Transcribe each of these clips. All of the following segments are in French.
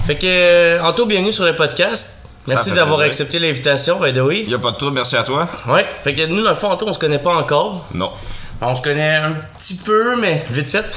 Fait que, Anto, bienvenue sur le podcast. Merci d'avoir accepté l'invitation, by the way. Y'a pas de trouble, merci à toi. Ouais, fait que nous, dans le fond, Anto, on se connaît pas encore. Non. On se connaît un petit peu, mais vite fait.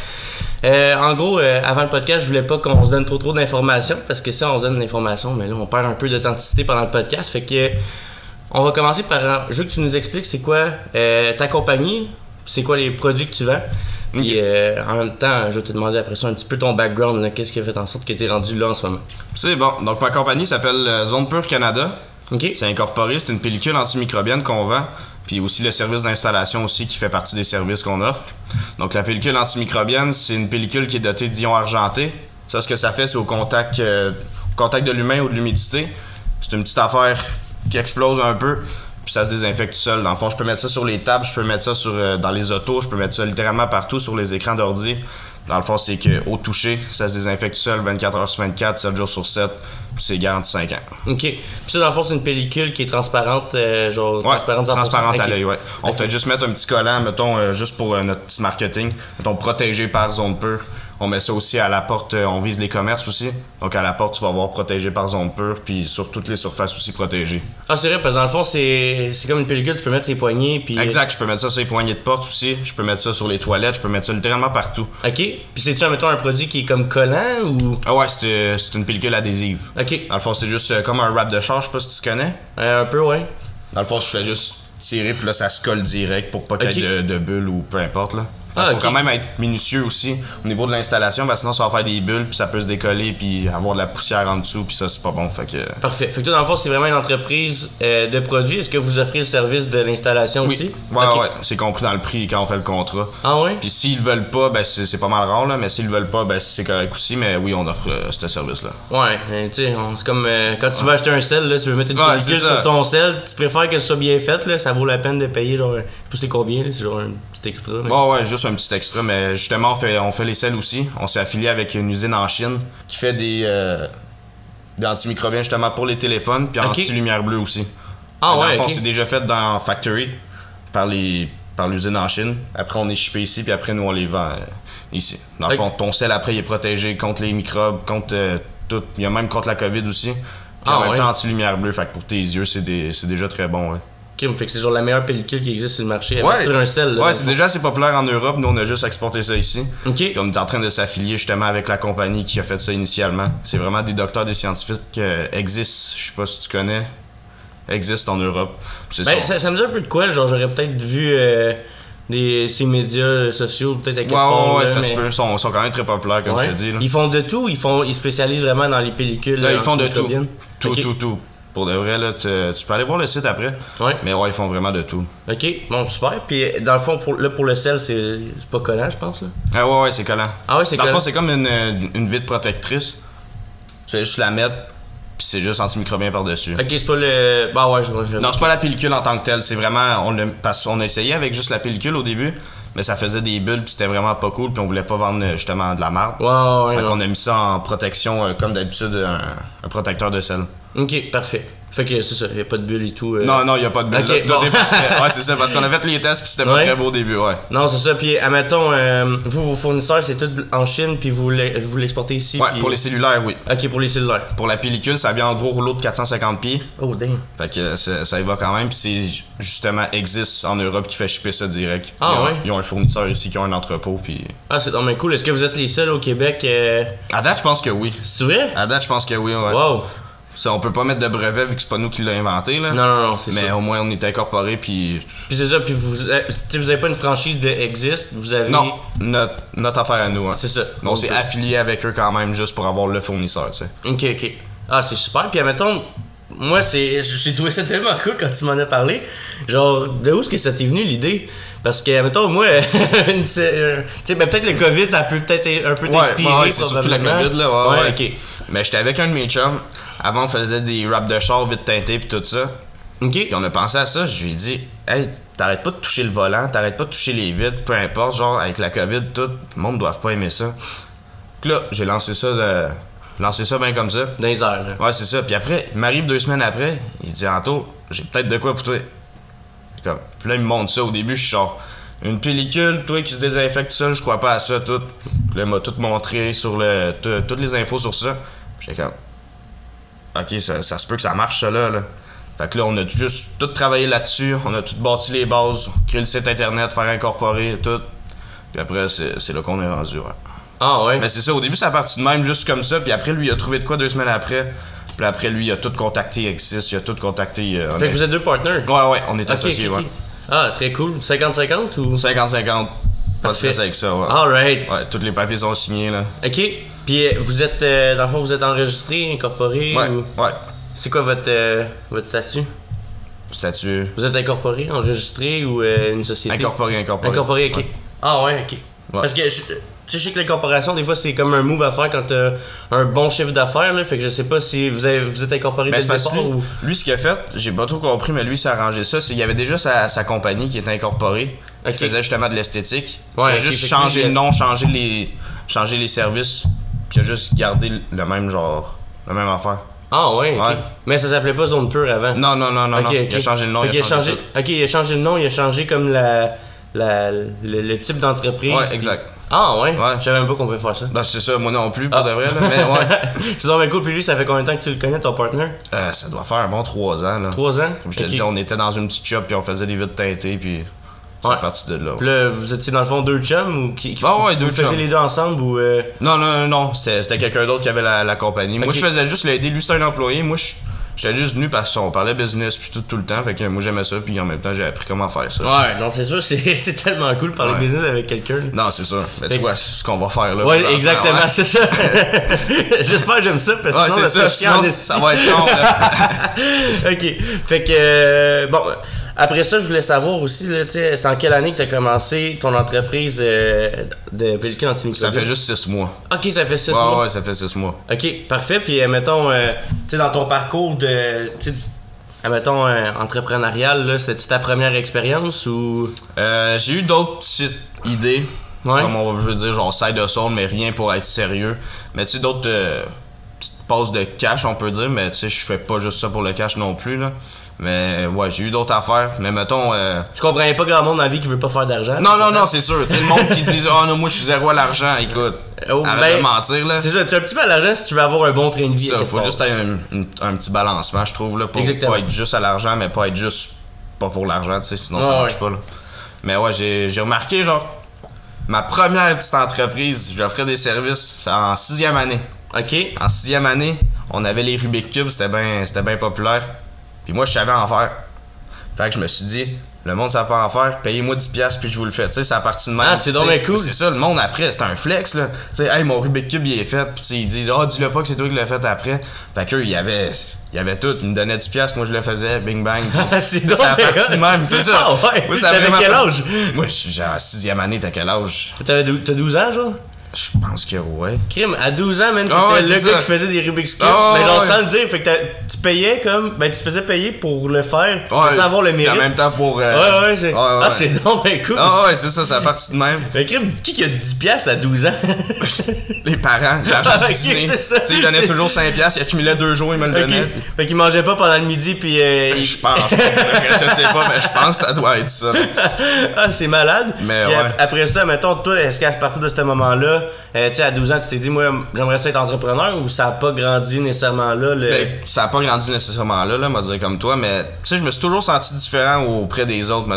En gros, avant le podcast, je voulais pas qu'on se donne trop d'informations, parce que si on se donne de l'information, mais là, on perd un peu d'authenticité pendant le podcast. Fait que, on va commencer par, je veux que tu nous expliques c'est quoi ta compagnie, c'est quoi les produits que tu vends. Puis en même temps, je vais te demander après ça un petit peu ton background, là, qu'est-ce qui a fait en sorte que tu es rendu là en ce moment. C'est bon, donc ma compagnie s'appelle Zone Pure Canada. OK. C'est incorporé, c'est une pellicule antimicrobienne qu'on vend. Puis aussi le service d'installation aussi qui fait partie des services qu'on offre. Donc la pellicule antimicrobienne, c'est une pellicule qui est dotée d'ions argentés. Ça, ce que ça fait, c'est au contact de l'humain ou de l'humidité. C'est une petite affaire qui explose un peu. Puis ça se désinfecte tout seul. Dans le fond, je peux mettre ça sur les tables, je peux mettre ça dans les autos, je peux mettre ça littéralement partout sur les écrans d'ordi. Dans le fond, c'est qu'au toucher, ça se désinfecte tout seul 24 heures sur 24, 7 jours sur 7. Puis c'est garanti 5 ans. OK. Puis ça, dans le fond, c'est une pellicule qui est transparente, transparente à l'œil, ouais. On Okay. fait juste mettre un petit collant, mettons, juste pour notre petit marketing. Mettons, protégé par Zone Pure. On met ça aussi à la porte, on vise les commerces aussi. Donc à la porte, tu vas voir protégé par Zone Pure, puis sur toutes les surfaces aussi protégées. Ah, c'est vrai, parce que dans le fond, c'est comme une pellicule, tu peux mettre ses poignets. Puis... Exact, je peux mettre ça sur les poignées de porte aussi. Je peux mettre ça sur les toilettes, je peux mettre ça littéralement partout. OK. Puis c'est-tu, mettons, un produit qui est comme collant ou. Ah ouais, c'est une pellicule adhésive. OK. Dans le fond, c'est juste comme un wrap de char, je sais pas si tu connais. Un peu, ouais. Dans le fond, je fais juste tirer, puis là, ça se colle direct pour pas qu'il y ait de bulles ou peu importe, là. Il faut quand même être minutieux aussi au niveau de l'installation, parce que sinon ça va faire des bulles, puis ça peut se décoller, puis avoir de la poussière en dessous, puis ça c'est pas bon. Fait que... Parfait. Fait que toi, dans le fond, c'est vraiment une entreprise de produits. Est-ce que vous offrez le service de l'installation aussi? Ouais, okay. Ouais. C'est compris dans le prix quand on fait le contrat. Ah ouais? Puis s'ils veulent pas, ben c'est pas mal rare, là, mais s'ils veulent pas, ben c'est correct aussi, mais oui, on offre ce service-là. Ouais, tu sais, c'est comme quand tu vas acheter un sel, là, tu veux mettre une pellicule sur ton sel, tu préfères que ce soit bien fait, là, ça vaut la peine de payer, genre, je sais pas c'est combien, là, c'est genre un petit extra. Mais... Ouais, juste un petit extra, mais justement, on fait les sels aussi. On s'est affilié avec une usine en Chine qui fait des antimicrobiens justement pour les téléphones, puis anti-lumière bleue aussi. Ah ouais, dans le fond, c'est déjà fait dans Factory par l'usine en Chine. Après, on est shippé ici, puis après, nous, on les vend ici. Dans le fond, ton sel, après, il est protégé contre les microbes, contre tout. Il y a même contre la COVID aussi. Puis en même temps, anti-lumière bleue. Fait que pour tes yeux, c'est déjà très bon, ouais. Ok, fait que c'est genre la meilleure pellicule qui existe sur le marché sur un sel. Là, ouais, c'est déjà assez populaire en Europe. Nous, on a juste exporté ça ici. Ok. Puis on est en train de s'affilier justement avec la compagnie qui a fait ça initialement. C'est vraiment des docteurs, des scientifiques qui existent. Je sais pas si tu connais. Existent en Europe. Ça me dit un peu de quoi, genre j'aurais peut-être vu ces médias sociaux, peut-être à quelque part. Ouais, là, ça se peut. Ils sont quand même très populaires, comme je te dis. Là. Ils font de tout, ils spécialisent vraiment dans les pellicules. Là, ils font de tout. Tout. Pour de vrai, là, tu peux aller voir le site après. Ouais. Mais ouais, ils font vraiment de tout. Ok, bon, super. Puis dans le fond, pour le sel, c'est pas collant, je pense. Là. Ah ouais, c'est collant. Ah ouais, c'est collant. Dans le fond, c'est comme une vitre protectrice. Tu fais juste la mettre, puis c'est juste antimicrobien par-dessus. Ok, c'est pas le. Bah ouais, je Non, c'est pas la pellicule en tant que telle. C'est vraiment. Parce qu'on a essayé avec juste la pellicule au début, mais ça faisait des bulles, puis c'était vraiment pas cool, puis on voulait pas vendre justement de la marde. Ouais. Fait qu'on a mis ça en protection, comme d'habitude, un protecteur de sel. Ok, parfait. Fait que c'est ça, y'a pas de bulles et tout. Non, y'a pas de bulles. Okay, bon. Ouais, c'est ça, parce qu'on a fait les tests, puis c'était pas très beau au début, ouais. Non, c'est ça. Puis, admettons, vos fournisseurs, c'est tout en Chine, puis vous l'exportez ici. Ouais, puis... pour les cellulaires, oui. Ok, pour les cellulaires. Pour la pellicule, ça vient en gros rouleau de 450 pieds. Oh, damn. Fait que ça y va quand même, puis c'est justement Exist en Europe qui fait shipper ça direct. Ah, ouais. Ils ont un fournisseur ici qui a un entrepôt, puis. Ah, c'est dommage cool. Est-ce que vous êtes les seuls au Québec À date, je pense que oui. C'est vrai? À date, je pense que oui, ouais. Wow. Ça, on peut pas mettre de brevet vu que c'est pas nous qui l'avons inventé, là. Non, c'est ça. Mais au moins, on est incorporé, puis. Puis c'est ça, puis vous avez pas une franchise de Exist, vous avez. Non, notre affaire à nous, hein. C'est ça. On s'est affilié avec eux quand même, juste pour avoir le fournisseur, tu sais. Ok. Ah, c'est super. Puis admettons, moi, j'ai trouvé ça tellement cool quand tu m'en as parlé. Genre, de où est-ce que ça t'est venu l'idée? Parce que, admettons, moi, tu sais, peut-être le COVID, ça peut peut-être un peu t'inspirer. Ouais, c'est surtout la COVID, là. Ouais, ok. Mais j'étais avec un de mes chums. Avant, on faisait des wraps de char vite teintés pis tout ça. Ok. Puis on a pensé à ça, je lui ai dit, hey, t'arrêtes pas de toucher le volant, t'arrêtes pas de toucher les vitres, peu importe, genre, avec la COVID, tout, le monde doit pas aimer ça. Puis là, j'ai lancé ça bien comme ça. Dans les airs, là. Ouais, c'est ça. Puis après, il m'arrive 2 semaines après, il dit, Anto, j'ai peut-être de quoi pour toi. Puis là, il me montre ça. Au début, je suis genre, une pellicule, toi qui se désinfecte seul, je crois pas à ça, tout. Puis là, il m'a tout montré sur toutes les infos sur ça. J'étais comme, ok, ça se peut que ça marche, ça là. Fait que là, on a juste tout travaillé là-dessus, on a tout bâti les bases, créé le site internet, faire incorporer, tout. Puis après, c'est là qu'on est rendu, ouais. Ah ouais? Mais c'est ça, au début, ça a parti de même, juste comme ça, puis après, lui, il a trouvé de quoi 2 semaines après. Puis après, lui, il a tout contacté Exis, il a tout contacté... Fait que vous êtes 2 partners? Ouais, on est associés, ouais. Ah, très cool. 50-50 ou? 50-50. Pas de stress avec ça, ouais. Alright. Ouais, tous les papiers sont signés, là. Ok. Puis vous êtes, dans le fond, vous êtes enregistré, incorporé? Ouais, ou... ouais. C'est quoi votre statut? Statut... Vous êtes incorporé, enregistré ou une société? Incorporé. Incorporé, ok. Ouais. Ah ouais, ok. Ouais. Parce que je sais que l'incorporation, des fois, c'est comme un move à faire quand t'as un bon chiffre d'affaires, là. Fait que je sais pas si vous êtes incorporé dès le départ ou... Lui, ce qu'il a fait, j'ai pas trop compris, mais lui, il s'est arrangé ça. C'est qu'il y avait déjà sa compagnie qui était incorporée, qui faisait justement de l'esthétique. Ouais, il a juste changé le nom, changé les services, puis il a juste gardé le même genre, la même affaire. Ah ouais, ok. Ouais. Mais ça s'appelait pas Zone Pure avant? Non. Okay. Il a changé le nom, il a changé tout. Ok, il a changé le nom, il a changé comme le type d'entreprise. Ouais, exact. Ah ouais? Je savais même pas qu'on pouvait faire ça. Ben c'est ça, moi non plus, pour de vrai, là, mais ouais. C'est donc bien cool, puis lui, ça fait combien de temps que tu le connais, ton partner? Ça doit faire un bon 3 ans, là. 3 ans? Comme je te disais, on était dans une petite shop, puis on faisait des vitres teintées, puis c'est parti de là. Puis là, vous étiez dans le fond 2 chums ou qui ouais, 2 chums. Vous faisiez les deux ensemble ou... Non, c'était quelqu'un d'autre qui avait la compagnie. Okay. Moi, je faisais juste l'aider, lui, c'était un employé, moi, j'étais juste venu parce qu'on parlait business puis tout le temps, fait que moi j'aimais ça puis en même temps j'ai appris comment faire ça. Ouais, non c'est sûr, c'est tellement cool de parler business avec quelqu'un. Non, c'est sûr. Mais tu vois, c'est ce qu'on va faire là. Ouais, exactement, c'est ça. J'espère que j'aime ça parce que sinon, c'est ça, sinon, ça va être long là. Ok, fait que bon, après ça je voulais savoir aussi là, tu sais, c'est en quelle année que tu as commencé ton entreprise de pellicule antimicrobienne? Ça fait juste 6 mois. Ok, ça fait 6 mois. Ouais, ça fait 6 mois. Ok, parfait. Puis mettons, tu sais, dans ton parcours de, tu sais, mettons, entrepreneurial, là, c'était-tu ta première expérience ou? J'ai eu d'autres petites idées. Ouais. Comme on veut dire, genre side hustle, mais rien pour être sérieux. Mais tu sais, d'autres petites passes de cash, on peut dire, mais tu sais, je fais pas juste ça pour le cash non plus, là. Mais ouais, j'ai eu d'autres affaires. Mais mettons. Je comprenais pas grand monde dans la vie qui veut pas faire d'argent. Non, c'est sûr. Tu sais, le monde qui dit oh non, moi je suis zéro à l'argent, écoute. Arrête de mentir, là. C'est ça, tu as un petit peu à l'argent si tu veux avoir un bon train de vie. Ça, faut juste avoir un petit balancement, je trouve, là. Pour pas être juste à l'argent, mais pas être juste pas pour l'argent, tu sais, sinon ça marche pas, là. Mais ouais, j'ai remarqué, genre, ma première petite entreprise, j'offrais des services en 6e année. Ok. En 6e année, on avait les Rubik's Cube, c'était bien populaire. Puis moi, je savais en faire. Fait que je me suis dit, le monde savait pas en faire, payez-moi 10$ puis je vous le fais. Tu sais, c'est à partie de même. Ah, c'est donc bien cool. C'est ça, le monde après, c'est un flex, là. Tu sais, hey, mon Rubik's Cube, il est fait. Puis ils disent, dis-le pas que c'est toi qui l'as fait après. Fait qu'eux, il y avait tout. Ils me donnaient 10$, moi je le faisais, bing bang. C'est donc à partie de même, c'est ça. Ah ouais. Moi, t'avais quel âge? Moi, je suis genre 6e année, t'as quel âge? T'as 12 ans, genre? Je pense que ouais. Crime, à 12 ans, man, t'étais le gars qui faisait des Rubik's Cube. Mais genre sans le dire, fait que tu payais comme. Ben, tu te faisais payer pour le faire, sans avoir le mérite. En même temps pour. Ouais, c'est. Ah, c'est donc ben cool. Ah, ouais, c'est ça, c'est à partie de même. Mais crime, qui a 10$ à 12 ans? Les parents, l'argent du dîner. Tu sais, ils donnaient toujours 5$, ils accumulaient 2 jours, ils me le donnaient. Puis... Fait qu'ils mangeaient pas pendant le midi, puis. Je pense. Je sais pas, mais je pense que ça doit être ça. Ah, c'est malade. Mais puis ouais. Après ça, mettons, toi, est-ce qu'à partir de ce moment-là, tu sais, à 12 ans, tu t'es dit, moi, j'aimerais ça être entrepreneur ou ça a pas grandi nécessairement là? Ben, ça a pas grandi nécessairement là, on va dire comme toi, mais tu sais, je me suis toujours senti différent auprès des autres.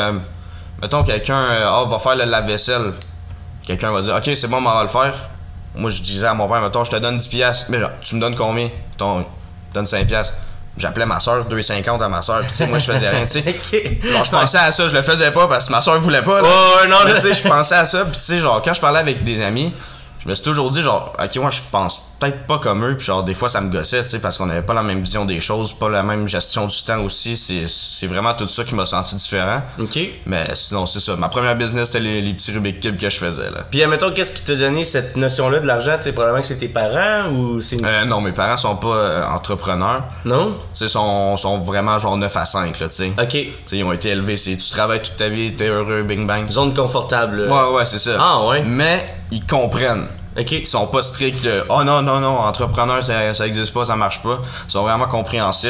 Mettons quelqu'un va faire le lave-vaisselle. Quelqu'un va dire, ok, c'est bon, on va le faire. Moi, je disais à mon père, mettons, je te donne 10$. Mais genre, tu me donnes combien? Mettons, je te donne 5$. J'appelais ma soeur, 2,50 à ma soeur, pis tu sais, moi je faisais rien, tu sais. Okay. Genre, je pensais à ça, je le faisais pas parce que ma soeur voulait pas, là. Oh, non, mais tu sais, je pensais à ça, pis tu sais, genre, quand je parlais avec des amis, je me suis toujours dit, genre, ok, moi je pense peut-être pas comme eux, pis genre, des fois ça me gossait, tu sais, parce qu'on avait pas la même vision des choses, pas la même gestion du temps aussi, c'est vraiment tout ça qui m'a senti différent. Ok. Mais sinon, c'est ça. Ma première business, c'était les petits Rubik's Cube que je faisais, là. Puis, admettons, qu'est-ce qui t'a donné cette notion-là de l'argent? Tu sais, probablement que c'est tes parents ou c'est. Non, mes parents sont pas entrepreneurs. Non? Tu sais, sont vraiment genre 9 à 5, là, tu sais. Ok. Tu sais, ils ont été élevés, tu travailles toute ta vie, t'es heureux, bing bang. Zone confortable, là. Ouais, c'est ça. Ah, ouais. Mais ils comprennent. Ok. Ils sont pas stricts. Oh non, entrepreneur, ça existe pas, ça marche pas. Ils sont vraiment compréhensifs.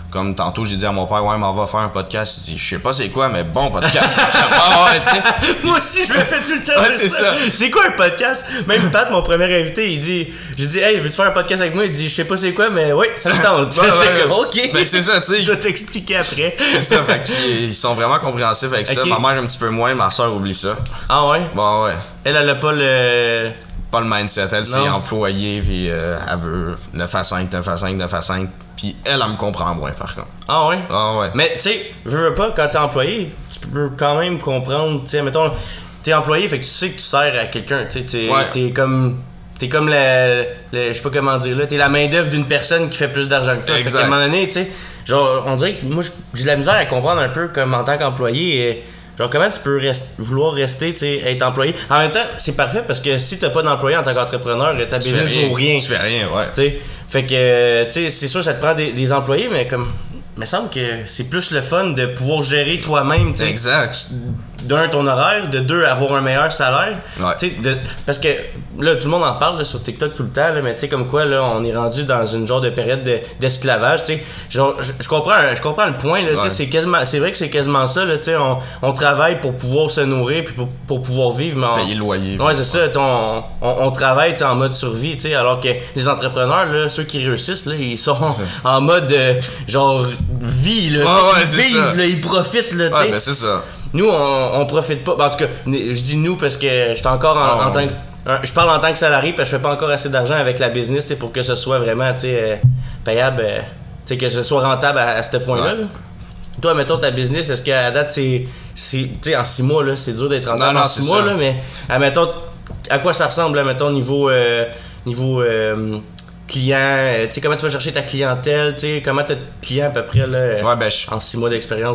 Comme tantôt, j'ai dit à mon père, ouais, mais on va faire un podcast. Il dit, je sais pas c'est quoi, mais bon podcast. Ouais, tu sais. Moi aussi, je le fais tout le temps. Ouais, c'est ça. C'est quoi un podcast? Même Pat, mon premier invité, j'ai dit, hey, veux-tu faire un podcast avec moi? Il dit, je sais pas c'est quoi, mais oui, ça me tente. Ouais, comme, ok. Ben, c'est ça, tu sais. Je vais t'expliquer après. C'est ça, fait qu'ils sont vraiment compréhensifs avec ça. Ok. Ma mère un petit peu moins, ma soeur oublie ça. Ah ouais? Bon, ouais. Elle a pas le. Pas le mindset. Elle, c'est Non. employée, puis elle veut 9 à 5, 9 à 5, 9 à 5. Puis elle me comprend moins, par contre. Ah ouais? Ah ouais. Mais tu sais, veux pas, quand t'es employé, tu peux quand même comprendre, tu sais, mettons, t'es employé, fait que tu sais que tu sers à quelqu'un, tu sais, Ouais. t'es comme je sais pas comment dire là, t'es la main d'œuvre d'une personne qui fait plus d'argent que toi. Fait Exact. qu'à un moment donné, tu sais, genre, on dirait que moi, j'ai de la misère à comprendre un peu comme en tant qu'employé, genre, comment tu peux vouloir rester, tu sais, être employé. En même temps, c'est parfait parce que si t'as pas d'employé en tant qu'entrepreneur, ta Tu fais business vaut rien. Tu fais rien, ouais. Tu sais, fait que, tu sais, c'est sûr, ça te prend des employés, mais comme, il me semble que c'est plus le fun de pouvoir gérer toi-même, tu sais. Exact. D'un, ton horaire, de deux, avoir un meilleur salaire. Ouais. Tu sais, parce que là, tout le monde en parle là, sur TikTok tout le temps, là, mais tu sais, comme quoi, là, on est rendu dans une genre de période d'esclavage, tu sais. Genre, je comprends le point, là, Ouais. tu sais, c'est vrai que c'est quasiment ça, là, tu sais, on travaille pour pouvoir se nourrir puis pour pouvoir vivre, mais Payer le loyer. ouais, c'est ça, tu sais, on travaille, tu sais, en mode survie, tu sais, alors que les entrepreneurs, là, ceux qui réussissent, là, ils sont en mode, genre, vie, là, tu sais, Ouais, ils c'est vivent, ça. là, ils profitent, là, tu sais. Ouais, ben c'est ça. Nous, on profite pas. Ben, en tout cas, je dis nous parce que je suis encore en tant que. Je parle en tant que salarié parce que je fais pas encore assez d'argent avec la business, tu sais, pour que ce soit vraiment, tu sais, payable, tu sais, que ce soit rentable à ce point-là. Ouais. là. Toi, mettons ta business, est-ce qu'à date, tu sais, en 6 mois, là, c'est dur d'être rentable Non, en 6 c'est mois, ça. là, mais, admettons, à quoi ça ressemble, là, mettons, niveau client, tu sais, comment tu vas chercher ta clientèle, tu sais, comment t'as de clients à peu près, là, Ouais, ben en 6 mois d'expérience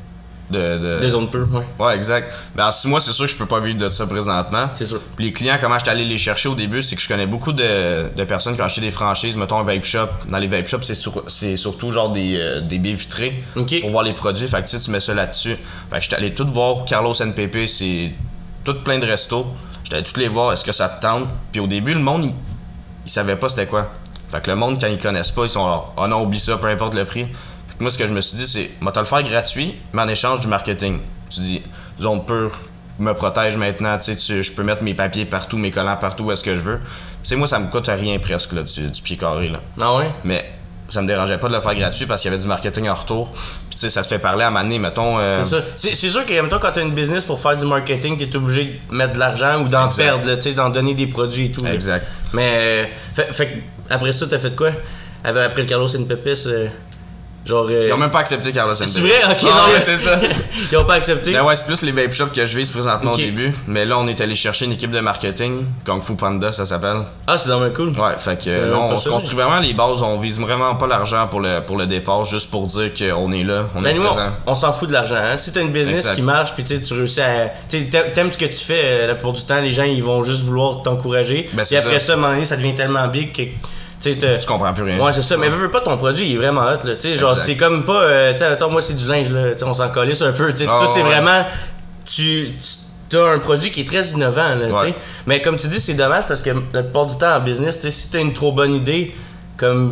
de zone peu, ouais. Ouais, exact. Ben en 6 mois, c'est sûr que je peux pas vivre de ça présentement. C'est sûr. Puis les clients, comment j'étais allé les chercher au début, c'est que je connais beaucoup de personnes qui ont acheté des franchises, mettons un vape shop. Dans les vape shops, c'est surtout genre des baies vitrées Ok. pour voir les produits. Fait que tu sais, tu mets ça là-dessus. Fait que j'étais allé tout voir Carlos NPP, c'est tout plein de restos. J'étais allé tous les voir, est-ce que ça te tente? Puis au début, le monde, il savait pas c'était quoi. Fait que le monde, quand ils connaissent pas, ils sont là, oh non, oublie ça, peu importe le prix. Moi, ce que je me suis dit, c'est, moi, te le faire gratuit, mais en échange du marketing. Tu dis, zone pure me protège maintenant, tu sais, je peux mettre mes papiers partout, mes collants partout où est-ce que je veux. Tu sais, moi, ça me coûte rien presque, là, du pied carré, là. Ah ouais? Mais ça me dérangeait pas de le faire gratuit parce qu'il y avait du marketing en retour. Puis, tu sais, ça se fait parler à m'amener, mettons. C'est ça. C'est sûr que, mettons, quand t'as une business pour faire du marketing, t'es obligé de mettre de l'argent ou d'en Exact. perdre, là, tu sais, d'en donner des produits et tout. là. Exact. Mais, fait que, après ça, t'as fait quoi? Après le Carlos Pepis, genre. Ils ont même pas accepté Carlos NPP. C'est vrai? Ok, Ah, non, ouais, c'est ça. Ils ont pas accepté? Ben ouais, c'est plus les vape shops que je vise présentement Ok. au début. Mais là, on est allé chercher une équipe de marketing, Kung Fu Panda, ça s'appelle. Ah, c'est vraiment cool. Ouais, fait que même là, on pas se ça, construit vraiment les bases. On vise vraiment pas l'argent pour le départ, juste pour dire qu'on est là, on Ben, est nous, présent. on s'en fout de l'argent. Hein? Si t'as une business Exact. qui marche, puis tu réussis à. Tu t'aimes ce que tu fais, la plupart du temps, les gens ils vont juste vouloir t'encourager. Ben, Puis c'est après ça. ça, à un moment donné, ça devient tellement big que. Tu sais, Tu comprends plus rien. Ouais, c'est ça. Mais veux pas, ton produit, il est vraiment hot, là. Tu sais, genre, Exact. c'est comme pas. Tu sais, attends, moi, c'est du linge, là. Tu sais, on s'en calisse un peu. Tu sais, Ah, toi, c'est ouais. vraiment. Tu as un produit qui est très innovant, là. Tu Ouais. sais. Mais comme tu dis, c'est dommage parce que la plupart du temps en business, tu sais, si t'as une trop bonne idée, comme.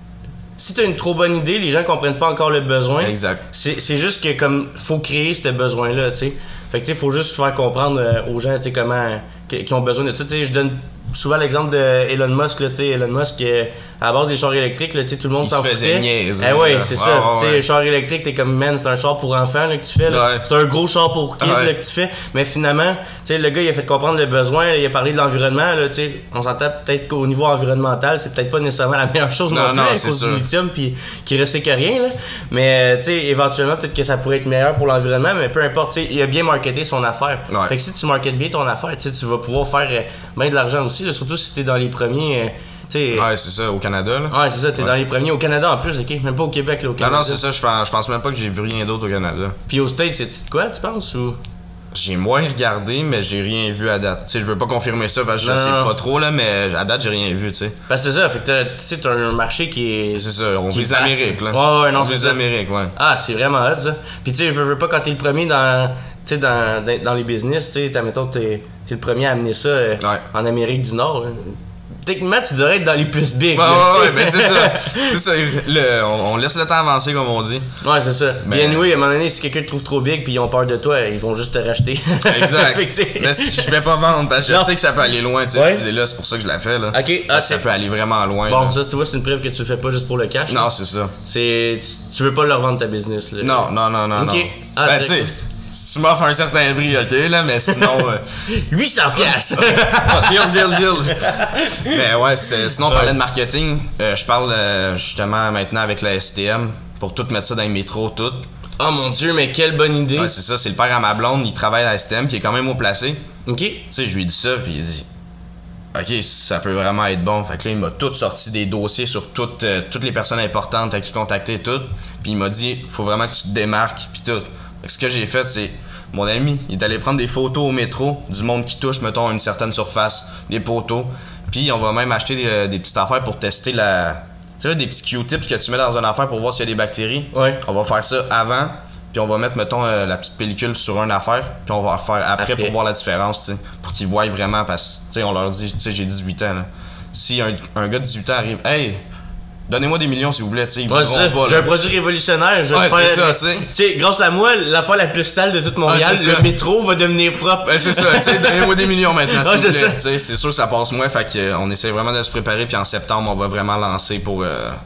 Si t'as une trop bonne idée, les gens comprennent pas encore le besoin. Exact. C'est juste que, comme, faut créer ce besoin-là, tu sais. Fait que, tu sais, faut juste faire comprendre aux gens, tu sais, comment. Qui ont besoin de ça. Tu sais, je donne souvent l'exemple de Elon Musk, là, tu sais, Elon Musk, à la base des chars électriques, là, tu sais, tout le monde Il s'en se faisait foutait. niaiser, Eh ouais, là. c'est Ouais, ça. ouais, Tu sais, ouais. le char électrique, t'es comme, man, c'est un char pour enfants, là, que tu fais, là. Ouais. C'est un gros char pour kids, Ouais. là, que tu fais. Mais finalement, tu sais, le gars, il a fait comprendre le besoin, il a parlé de l'environnement, là, tu sais. On s'entend peut-être qu'au niveau environnemental, c'est peut-être pas nécessairement la meilleure chose non, Non, plus, non, à c'est cause sûr. du lithium, puis qui recycle rien, là. Mais, tu sais, éventuellement, peut-être que ça pourrait être meilleur pour l'environnement, mais peu importe, tu sais, il a bien marketé son affaire. Ouais. Fait que si tu marketes bien ton affaire, tu sais, tu vas pouvoir faire bien de l'argent aussi, là, surtout si t'es dans les premiers, tu sais. Ouais, c'est ça, au Canada, là. Ouais, c'est ça, t'es Ouais. dans les premiers au Canada en plus, ok? Même pas au Québec, là, au Non, Canada. non, c'est ça, je pense même pas que j'ai vu rien d'autre au Canada. Puis aux States, c'est quoi, tu penses? Ou... J'ai moins regardé, mais j'ai rien vu à date. Tu sais, je veux pas confirmer ça parce que je Non, sais non. pas trop, là, mais à date, j'ai rien vu, tu sais. Parce que c'est ça, fait que tu sais, t'as un marché qui est. C'est ça, on qui vise est vaste. l'Amérique, là. Ouais, non, on c'est vise ça. l'Amérique, ouais. Ah, c'est vraiment hot, ça. Puis tu sais, je veux pas quand t'es le premier dans. Tu sais, dans les business, tu sais, mettons, t'es le premier à amener ça Ouais. en Amérique du Nord. Hein. techniquement, tu devrais être dans les plus big. Ouais, ben c'est ça. C'est ça. On laisse le temps avancer, comme on dit. Ouais, c'est ça. Mais Puis anyway, à un moment donné, si quelqu'un te trouve trop big puis ils ont peur de toi, ils vont juste te racheter. Exact. Mais si je vais pas vendre, parce que je sais que ça peut aller loin, tu sais, Ouais. cette idée-là, c'est pour ça que je la fais, là. Ok, Ça peut aller vraiment loin. Bon, là. ça, tu vois, c'est une preuve que tu le fais pas juste pour le cash. Non, c'est ça. Tu veux pas leur vendre ta business, là. Non. Ok. Non. Ah, Ben, tu c'est- sais, si tu m'offres un certain prix, ok, là, mais sinon. 800 piastres! Deal. Mais ouais, sinon, on parlait de marketing. Je parle justement maintenant avec la STM pour tout mettre ça dans les métros, tout. Oh mon dieu, mais quelle bonne idée! Ouais, c'est ça, c'est le père à ma blonde, il travaille à la STM, qui est quand même haut placé. Ok. Tu sais, je lui ai dit ça, puis il dit ok, ça peut vraiment être bon. Fait que là, il m'a tout sorti des dossiers sur toutes les personnes importantes à qui contacter, tout. Puis il m'a dit faut vraiment que tu te démarques, puis tout. Fait que ce que j'ai fait, c'est mon ami, il est allé prendre des photos au métro du monde qui touche, mettons, une certaine surface, des poteaux. Puis on va même acheter des petites affaires pour tester la. Tu sais, des petits Q-tips que tu mets dans une affaire pour voir s'il y a des bactéries. Ouais. On va faire ça avant, puis on va mettre, mettons, la petite pellicule sur une affaire, puis on va la faire après pour voir la différence, tu sais, pour qu'ils voient vraiment, parce que, tu sais, on leur dit, tu sais, j'ai 18 ans, là. Si un gars de 18 ans arrive, hey, donnez-moi des millions, s'il vous plaît, tu sais, ils Ouais, voudront c'est ça. pas, là. J'ai un produit révolutionnaire. Je vais Ouais, te faire. c'est ça, tu sais. Tu sais, grâce à moi, l'affaire la plus sale de toute Montréal, Ouais, c'est ça. le métro va devenir propre. Ben, c'est ça, tu sais, donnez-moi des millions maintenant, Ouais, s'il vous c'est plaît. ça. Tu sais, c'est sûr que ça passe moins, fait qu'on essaie vraiment de se préparer, puis en septembre, on va vraiment lancer pour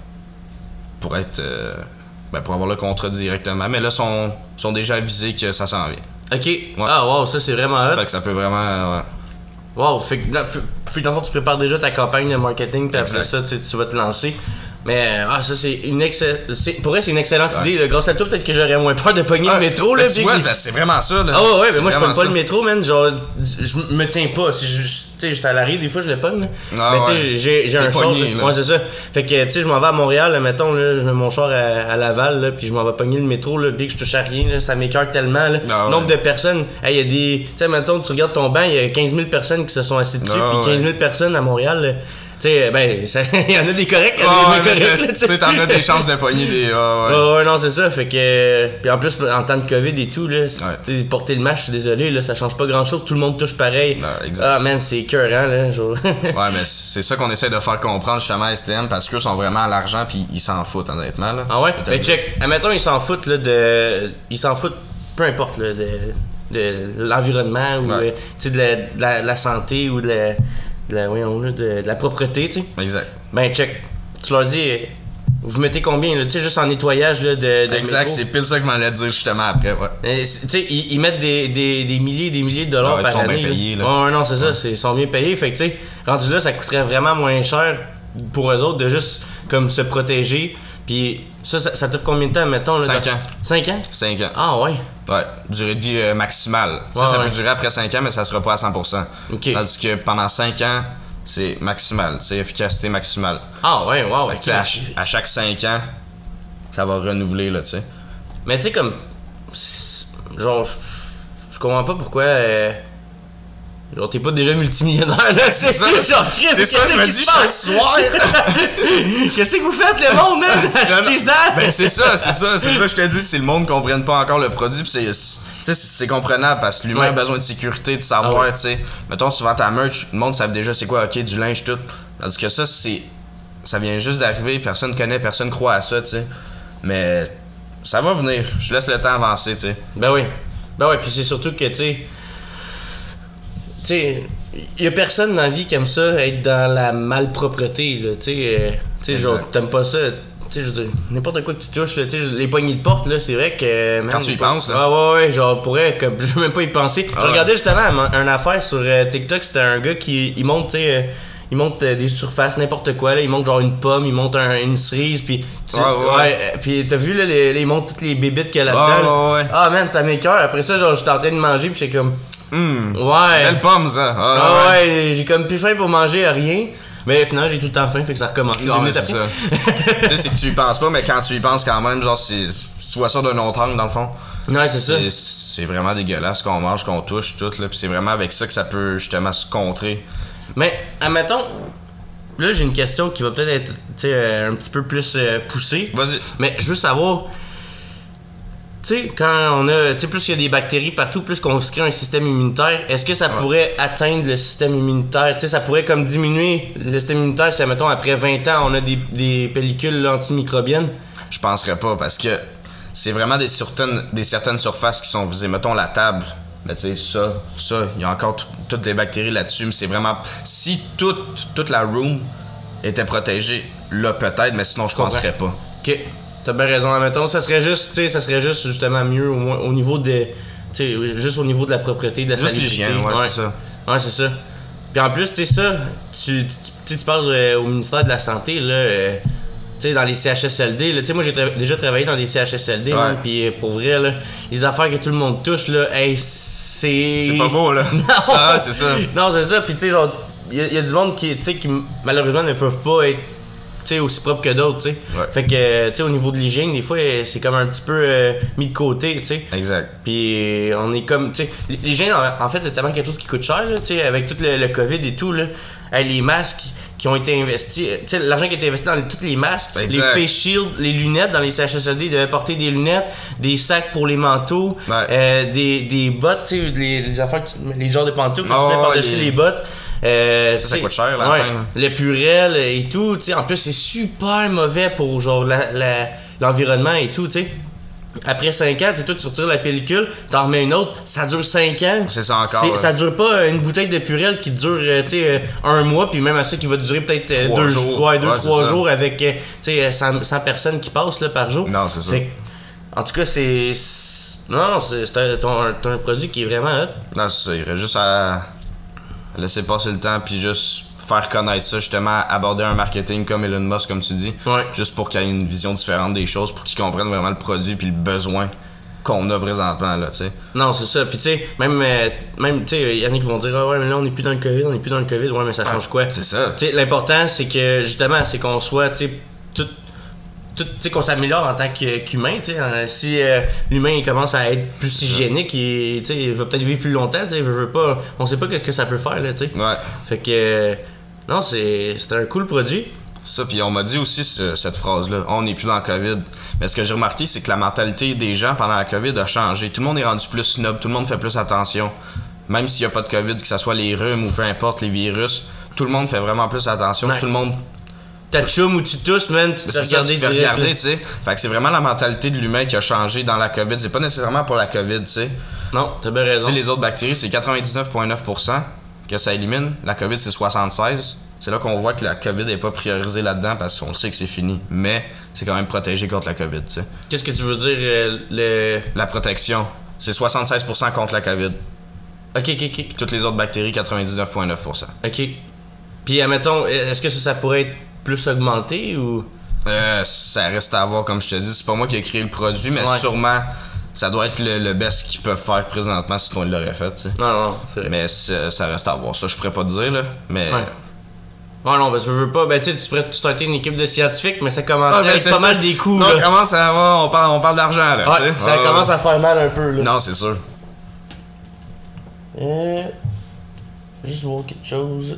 être. Pour avoir le contrat directement. Mais là, sont déjà avisés que ça s'en vient. Ok. Ah, wow, ça c'est vraiment hot. Fait que ça peut vraiment. Ouais. Wow, fait que dans le fond, tu prépares déjà ta campagne de marketing, puis après Exact. ça, tu vas te lancer. Mais ça, c'est une pour vrai, c'est une excellente idée. Là. Grâce à toi, peut-être que j'aurais moins peur de pogner le métro. Là, Ben, tu vois, c'est vraiment ça. Là. Ah ouais, mais C'est moi je vraiment pogne pas ça. le métro, man. Genre, je me tiens pas. Si tu sais, ça l'arrive, des fois je le pogne. Là. Ah mais tu ouais. sais, j'ai un char. pogné, là. Ouais, c'est ça. Fait que, tu sais, je m'en vais à Montréal, là, mettons, là, je mets mon char à Laval, là, puis je m'en vais pogner le métro, là, puis que je touche à rien, là, ça m'écoeure tellement. Là. Ah ouais. Nombre de personnes. Il y a des. Tu sais, mettons, tu regardes ton banc, il y a 15 000 personnes qui se sont assises dessus, Ah puis 15 000 ouais. personnes à Montréal. Là. Tu sais, ben, il y en a des corrects, il y en a Ouais, des mais corrects, là, tu sais, t'en as des chances de pogner des. Ouais, non, c'est ça. Fait que. Puis en plus, en temps de COVID et tout, là, tu sais, porter le masque, je suis désolé, là, ça change pas grand chose. Tout le monde touche pareil. Non, exact. Ah, man, c'est écœurant, là. Genre. Ouais, mais c'est ça qu'on essaie de faire comprendre justement à STM parce qu'eux sont vraiment à l'argent puis ils s'en foutent, honnêtement. Là. Ah ouais? T'as Ben, dit- check. Admettons, ils s'en foutent, là, de. Ils s'en foutent, peu importe, là, de l'environnement ou, Ouais. tu sais, de la santé ou voyons, là, de la propreté, tu sais. Exact. Ben, check. Tu leur dis. Vous mettez combien, là, tu sais, juste en nettoyage, là, de Exact, métro? c'est pile ça que je m'en allais dire justement après. Ouais. Tu sais, ils mettent des milliers et des milliers de dollars Ouais, par ils sont année. bien payés, là. Ouais, non, c'est ça, ils sont bien payés. Fait que, tu sais, rendu là, ça coûterait vraiment moins cher pour eux autres de juste, comme, se protéger. Puis ça t'offre combien de temps, mettons? Là, 5 ans. 5 ans? 5 ans. Ah, ouais. Ouais, durée de vie maximale. Tu sais, Ouais, ça ouais. peut durer après 5 ans, mais ça sera pas à 100%. Ok. Tandis que pendant 5 ans, c'est maximal. C'est efficacité maximale. Ah, ouais, wow. Fait que, tu sais, à chaque 5 ans, ça va renouveler, là, tu sais. Mais, tu sais, comme. Genre, je comprends pas pourquoi. Genre, t'es pas déjà multimillionnaire, là. C'est ça. Genre, Chris, C'est ça, qu'est-ce je me qui dis se chaque passe? soir. Qu'est-ce que vous faites, le monde, man? Achetez-ça! Ben c'est ça, je te dis, si le monde ne comprenne pas encore le produit, pis c'est comprenable parce que l'humain a Ouais. besoin de sécurité, de savoir, Ah ouais. tu sais. Mettons, tu vends ta merch, le monde savent déjà c'est quoi, ok, du linge, tout. Tandis que ça vient juste d'arriver, personne connaît, personne croit à ça, tu sais. Mais ça va venir, je laisse le temps avancer, tu sais. Ben oui. Puis c'est surtout que, tu sais, y a personne dans la vie qui aime ça, être dans la malpropreté, là, tu sais, genre, Exact. t'aimes pas ça, tu sais, je veux dire, n'importe quoi que tu touches, là, tu sais, les poignées de porte, là, c'est vrai que... man, Quand tu y penses, là. Ah ouais, genre, pourrait, comme, je veux même pas y penser. Ah Je regardais justement une affaire sur TikTok, c'était un gars qui, il monte, tu sais... il monte des surfaces, n'importe quoi, là. Il monte genre une pomme, il monte une cerise, puis... Ouais. Puis t'as vu, là, il monte toutes les bébites qu'il y a là-dedans. Ouais. Ah, man, ça m'écoeure. Après ça, genre, j'étais en train de manger, puis j'étais comme... Ouais. Belle pomme, ça. Ah ouais, j'ai comme plus faim pour manger à rien. Mais finalement, j'ai tout le temps faim, fait que ça recommence. Non, mais c'est ça. Tu sais, c'est que tu y penses pas, mais quand tu y penses quand même, genre, tu vois ça d'un autre angle, dans le fond. Ouais, c'est ça. C'est vraiment dégueulasse ce qu'on mange, qu'on touche, tout, là. Puis c'est vraiment avec ça que ça peut justement se contrer. Mais, admettons, là, j'ai une question qui va peut-être être, tu sais, un petit peu plus poussée. Vas-y. Mais je veux savoir, tu sais, quand on a, tu sais, plus il y a des bactéries partout, plus qu'on se crée un système immunitaire, est-ce que ça pourrait atteindre le système immunitaire? Tu sais, ça pourrait comme diminuer le système immunitaire si, mettons, après 20 ans, on a des pellicules là, antimicrobiennes? Je penserais pas, parce que c'est vraiment des certaines surfaces qui sont visées. Mettons la table, ben, tu sais, ça, il y a encore toutes les bactéries là-dessus, mais c'est vraiment... Si toute la room était protégée, là, peut-être, mais sinon, je penserais pas. OK. T'as bien raison. Mettons, ça serait juste justement mieux au niveau de, tu sais, juste au niveau de la propreté, de la juste salubrité. l'hygiène, ouais, c'est ça. Ouais, c'est ça. Puis en plus, tu sais ça, tu parles au ministère de la Santé, là, tu sais, dans les CHSLD, là, tu sais, moi j'ai déjà travaillé dans des CHSLD, ouais. Puis pour vrai, là, les affaires que tout le monde touche, là, hey, c'est... C'est pas beau, là. Non! Ah, c'est ça. Non, c'est ça, puis tu sais, genre, il y a du monde qui malheureusement ne peuvent pas être aussi propre que d'autres, tu sais. Ouais. Fait que, tu sais, au niveau de l'hygiène, des fois, c'est comme un petit peu mis de côté, tu sais. Exact. Puis on est comme, tu sais, l'hygiène, en fait, c'est tellement quelque chose qui coûte cher, là, tu sais, avec tout le COVID et tout, là. Les masques qui ont été investis, tu sais, l'argent qui a été investi dans tous les masques, exact. les face shields, les lunettes dans les CHSLD, ils devaient porter des lunettes, des sacs pour les manteaux, des bottes, tu sais, les affaires, les genres de pantoufles que tu mets par-dessus les bottes. Ça coûte cher, là, à la fin. Là. Le Purel et tout, tu sais, en plus c'est super mauvais pour genre l'environnement et tout, tu sais. Après 5 ans, tu retires la pellicule, t'en remets une autre, ça dure 5 ans. C'est ça encore. Ça dure pas une bouteille de Purel qui dure, un mois, puis même à ça qui va durer peut-être 2 jours. Ouais, 2-3 jours avec, tu sais, 100 personnes qui passent là, par jour. Non, c'est ça. En tout cas, c'est un produit qui est vraiment hot. Non, c'est ça. Il reste juste à laisser passer le temps, puis juste faire connaître ça, justement, aborder un marketing comme Elon Musk, comme tu dis. Ouais. Juste pour qu'il y ait une vision différente des choses, pour qu'ils comprennent vraiment le produit puis le besoin qu'on a présentement, là, tu sais. Non, c'est ça. Puis, tu sais, même tu sais, il y en a qui vont dire, ah ouais, mais là, on n'est plus dans le COVID, Ouais, mais ça change quoi? C'est ça. Tu sais, l'important, c'est que, justement, c'est qu'on soit, tu sais, tu sais, qu'on s'améliore en tant qu'humain, tu sais. Si l'humain il commence à être plus hygiénique, tu sais, il va peut-être vivre plus longtemps, tu sais, veut pas, on sait pas ce que ça peut faire, là, tu sais. Ouais. Fait que, non, c'est un cool produit. Ça, puis on m'a dit aussi cette phrase-là, on n'est plus dans la COVID. Mais ce que j'ai remarqué, c'est que la mentalité des gens pendant la COVID a changé. Tout le monde est rendu plus snob, tout le monde fait plus attention. Même s'il n'y a pas de COVID, que ce soit les rhumes ou peu importe, les virus, tout le monde fait vraiment plus attention. Ouais. Tout le monde... T'as chum ou tu tousses, man, tu te regarder, tu sais. Fait que c'est vraiment la mentalité de l'humain qui a changé dans la COVID. C'est pas nécessairement pour la COVID, tu sais. Non, t'as bien raison. Tu sais, les autres bactéries, c'est 99,9% que ça élimine. La COVID, c'est 76%. C'est là qu'on voit que la COVID n'est pas priorisée là-dedans parce qu'on sait que c'est fini. Mais c'est quand même protégé contre la COVID, tu sais. Qu'est-ce que tu veux dire, La protection, c'est 76% contre la COVID. OK. Puis toutes les autres bactéries, 99,9%. OK. Puis, admettons, est-ce que ça pourrait être plus augmenté ou... Ça reste à voir, comme je te dis. C'est pas moi qui ai créé le produit, mais sûrement, ça doit être le best qu'ils peuvent faire présentement si on l'aurait fait, tu sais. Non, c'est vrai. Mais ça reste à voir. Ça, je pourrais pas te dire, là. Mais... Ouais. Non, parce que je veux pas. Ben, tu sais, tu pourrais starter une équipe de scientifiques, mais ça commence à être pas mal des coups, là. Non, commence à avoir, on parle d'argent, là, ouais, ça commence à faire mal un peu, là. Non, c'est sûr. Juste voir quelque chose.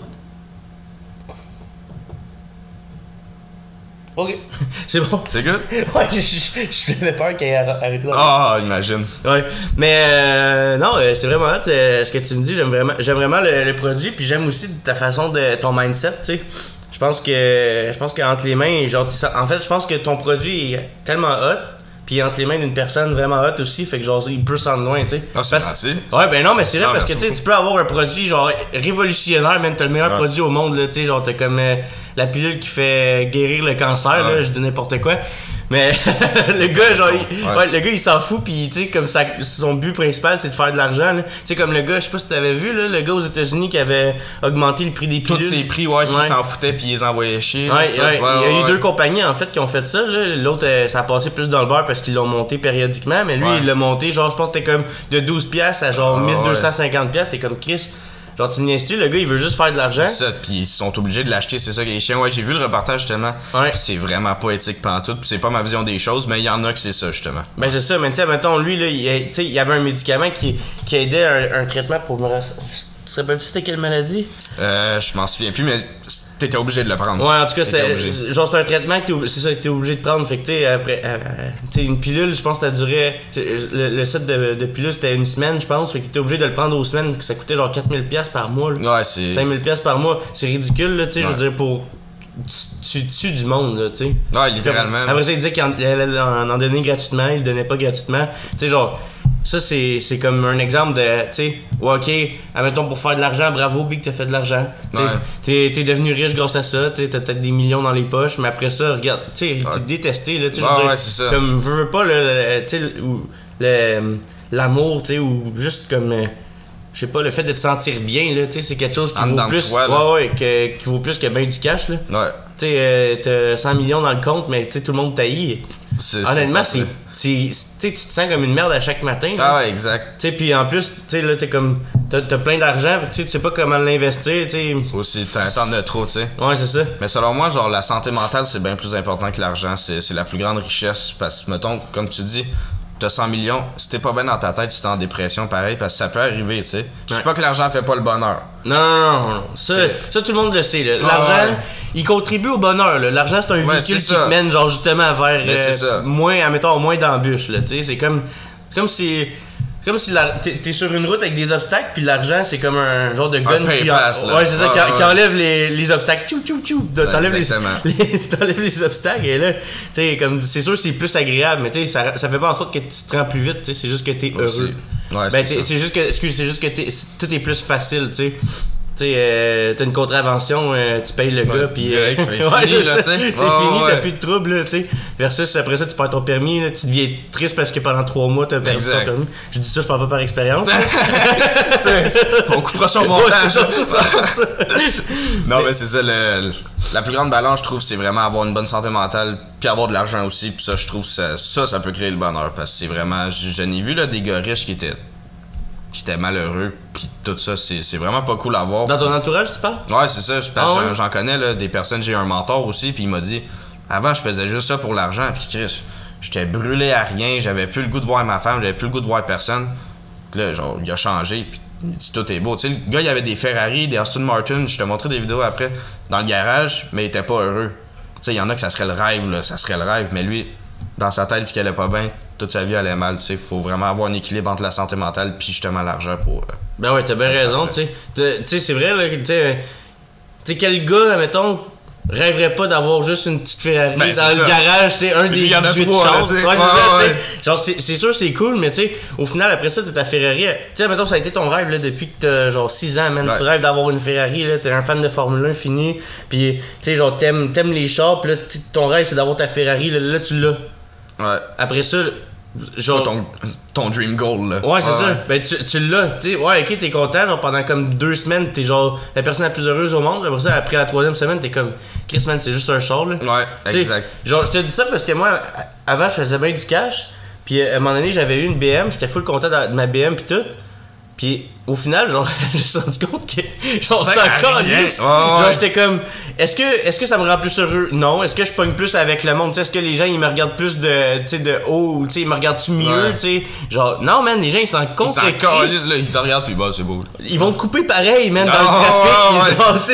Ok, c'est bon. C'est good? Ouais, j'avais peur qu'elle ait arrêté là. Ah, imagine. Ouais, mais non, c'est vraiment hot ce que tu me dis. J'aime vraiment le produit, puis j'aime aussi ta façon de ton mindset, tu sais. Je pense qu'entre les mains, genre, en fait, je pense que ton produit est tellement hot, puis entre les mains d'une personne vraiment hot aussi, fait que genre, il peut s'en loin, tu sais. Ah, c'est gentil. Ouais, ben non, mais c'est vrai parce que beaucoup. tu peux avoir un produit genre révolutionnaire, même t'as le meilleur produit au monde, là, tu sais, genre t'as comme la pilule qui fait guérir le cancer, là, je dis n'importe quoi. Mais le gars, genre, le gars, il s'en fout, pis tu sais, comme son but principal, c'est de faire de l'argent, là. Tu sais, comme le gars, je sais pas si t'avais vu, là, le gars aux États-Unis qui avait augmenté le prix des pilules. Tous ces prix, puis il s'en foutait, puis il les envoyait chier. Il y a eu 2 compagnies, en fait, qui ont fait ça, là. L'autre, ça a passé plus dans le beurre parce qu'ils l'ont monté périodiquement, mais lui, il l'a monté, genre, je pense que c'était comme de 12$ à genre 1250$, t'es comme Chris. Genre, tu me niaises-tu, le gars, il veut juste faire de l'argent. C'est ça, pis ils sont obligés de l'acheter, c'est ça qui est chiant. Ouais, j'ai vu le reportage, justement. Ouais. C'est vraiment pas éthique pantoute, pis c'est pas ma vision des choses, mais il y en a que c'est ça, justement. Ben, c'est ça, mais tu sais, mettons, lui, là, il y avait un médicament qui aidait un traitement pour me... Tu te rappelles-tu c'était quelle maladie? Je m'en souviens plus, mais T'étais obligé de le prendre. Ouais, en tout cas, c'est un traitement que t'es obligé de prendre. Fait que, tu sais, après, tu sais, une pilule, je pense que ça durait. Le set de pilule, c'était une semaine, je pense. Fait que t'étais obligé de le prendre aux semaines, que ça coûtait genre 4000$ par mois. Là. Ouais, c'est. 5000$ par mois. C'est ridicule, là, tu sais, je veux dire, pour. Tu tues du monde, là, tu sais. Ouais, littéralement. Après ça, il disait qu'il allait en donner gratuitement, il le donnait pas gratuitement. Tu sais, genre. Ça, c'est comme un exemple de, tu sais, ouais, ok, admettons pour faire de l'argent, bravo, Big, t'as fait de l'argent. Ouais. T'es devenu riche grâce à ça, t'as peut-être des millions dans les poches, mais après ça, regarde, tu sais, t'es détesté, là, tu sais, je veux dire, c'est ça. comme, veux pas, tu sais, l'amour, tu sais, ou juste comme, je sais pas, le fait de te sentir bien, là, tu sais, c'est quelque chose qui vaut plus, qui vaut plus que ben du cash, là. Ouais. Tu sais, t'as 100 millions dans le compte, mais tu sais, tout le monde t'haït. Honnêtement, tu te sens comme une merde à chaque matin. Là. Ah ouais, exact. Tu sais, puis en plus, tu sais, là, t'es comme, t'as plein d'argent, tu sais pas comment l'investir, tu sais. Aussi, t'en as trop, tu sais. Ouais, c'est ça. Mais selon moi, genre, la santé mentale, c'est bien plus important que l'argent. C'est la plus grande richesse. Parce que, mettons, comme tu dis, t'as 100 millions, si t'es pas bien dans ta tête, si t'es en dépression, pareil, parce que ça peut arriver, tu sais. Je dis pas que l'argent fait pas le bonheur. Non. Ça, tout le monde le sait, là. L'argent, il contribue au bonheur, là. L'argent, c'est un véhicule qui te mène, genre, justement, vers moins d'embûches, là. Tu sais, c'est comme si t'es sur une route avec des obstacles, puis l'argent, c'est comme un genre de gun qui enlève les obstacles. Tchou. T'enlèves les obstacles, et là, tu sais, comme, c'est sûr, c'est plus agréable, mais tu sais, ça fait pas en sorte que tu te rends plus vite, tu sais, c'est juste que t'es heureux. Ouais, c'est juste que tout est plus facile, tu sais. Tu sais, t'as une contravention, tu payes le gars, puis. Direct, fini, là, tu sais. C'est fini, t'as plus de trouble, là, tu sais. Versus après ça, tu perds ton permis, là, tu deviens triste parce que pendant 3 mois, t'as perdu ton permis. Je dis ça, je parle pas par expérience. On coupera son montage. Non, mais c'est ça, la plus grande balance, je trouve, c'est vraiment avoir une bonne santé mentale, puis avoir de l'argent aussi, puis ça, je trouve, ça peut créer le bonheur, parce que c'est vraiment. Je n'ai vu, là, des gars riches qui étaient malheureux, pis tout ça, c'est vraiment pas cool à voir. Dans ton entourage, tu parles? Ouais, c'est ça, j'en connais, là, des personnes, j'ai un mentor aussi, puis il m'a dit, avant, je faisais juste ça pour l'argent, puis Chris, j'étais brûlé à rien, j'avais plus le goût de voir ma femme, j'avais plus le goût de voir personne. Puis là, genre, il a changé, puis il dit, tout est beau. Tu sais, le gars, il avait des Ferrari, des Aston Martin, je te montrais des vidéos après, dans le garage, mais il était pas heureux. Tu sais, il y en a que ça serait le rêve, là, mais lui, dans sa tête, vu qu'elle allait pas bien, toute sa vie allait mal, tu sais, faut vraiment avoir un équilibre entre la santé mentale puis justement l'argent pour... Ben ouais, t'as bien raison, tu sais, c'est vrai, là, tu sais, quel gars, mettons, rêverait pas d'avoir juste une petite Ferrari dans le garage, tu sais, un des 18 chambres. Genre, c'est sûr, c'est cool, mais tu sais, au final, après ça, t'as ta Ferrari, tu sais, mettons, ça a été ton rêve, là, depuis que t'as, genre, 6 ans, man, tu rêves d'avoir une Ferrari, là, t'es un fan de Formule 1 fini, pis, tu sais, genre, t'aimes les chars, pis là, ton rêve, c'est d'avoir ta Ferrari, là, tu l'as. Ouais. Après ça, genre ton dream goal, là. Ouais, c'est ça. Ben tu l'as, tu sais. Ouais, ok, t'es content, genre pendant comme 2 semaines, t'es genre la personne la plus heureuse au monde. Après ça, après la 3e semaine, t'es comme Chris, man, c'est juste un char, là. Ouais, t'sais, exact. Genre, je te dis ça parce que moi, avant, je faisais bien du cash. Puis à un moment donné, j'avais eu une BM, j'étais full content de ma BM pis tout. Puis au final, genre, je me suis rendu compte que genre ça calisse. Genre, j'étais comme, est-ce que ça me rend plus heureux? Non. Est-ce que je pogne plus avec le monde? T'sais, est-ce que les gens ils me regardent plus de haut ou ils me regardent-tu mieux? T'sais? Genre, non, man, les gens ils s'en comptent. Ils s'en calissent, là, ils te regardent puis bah, c'est beau. Ils vont te couper pareil, man, dans le trafic. Genre,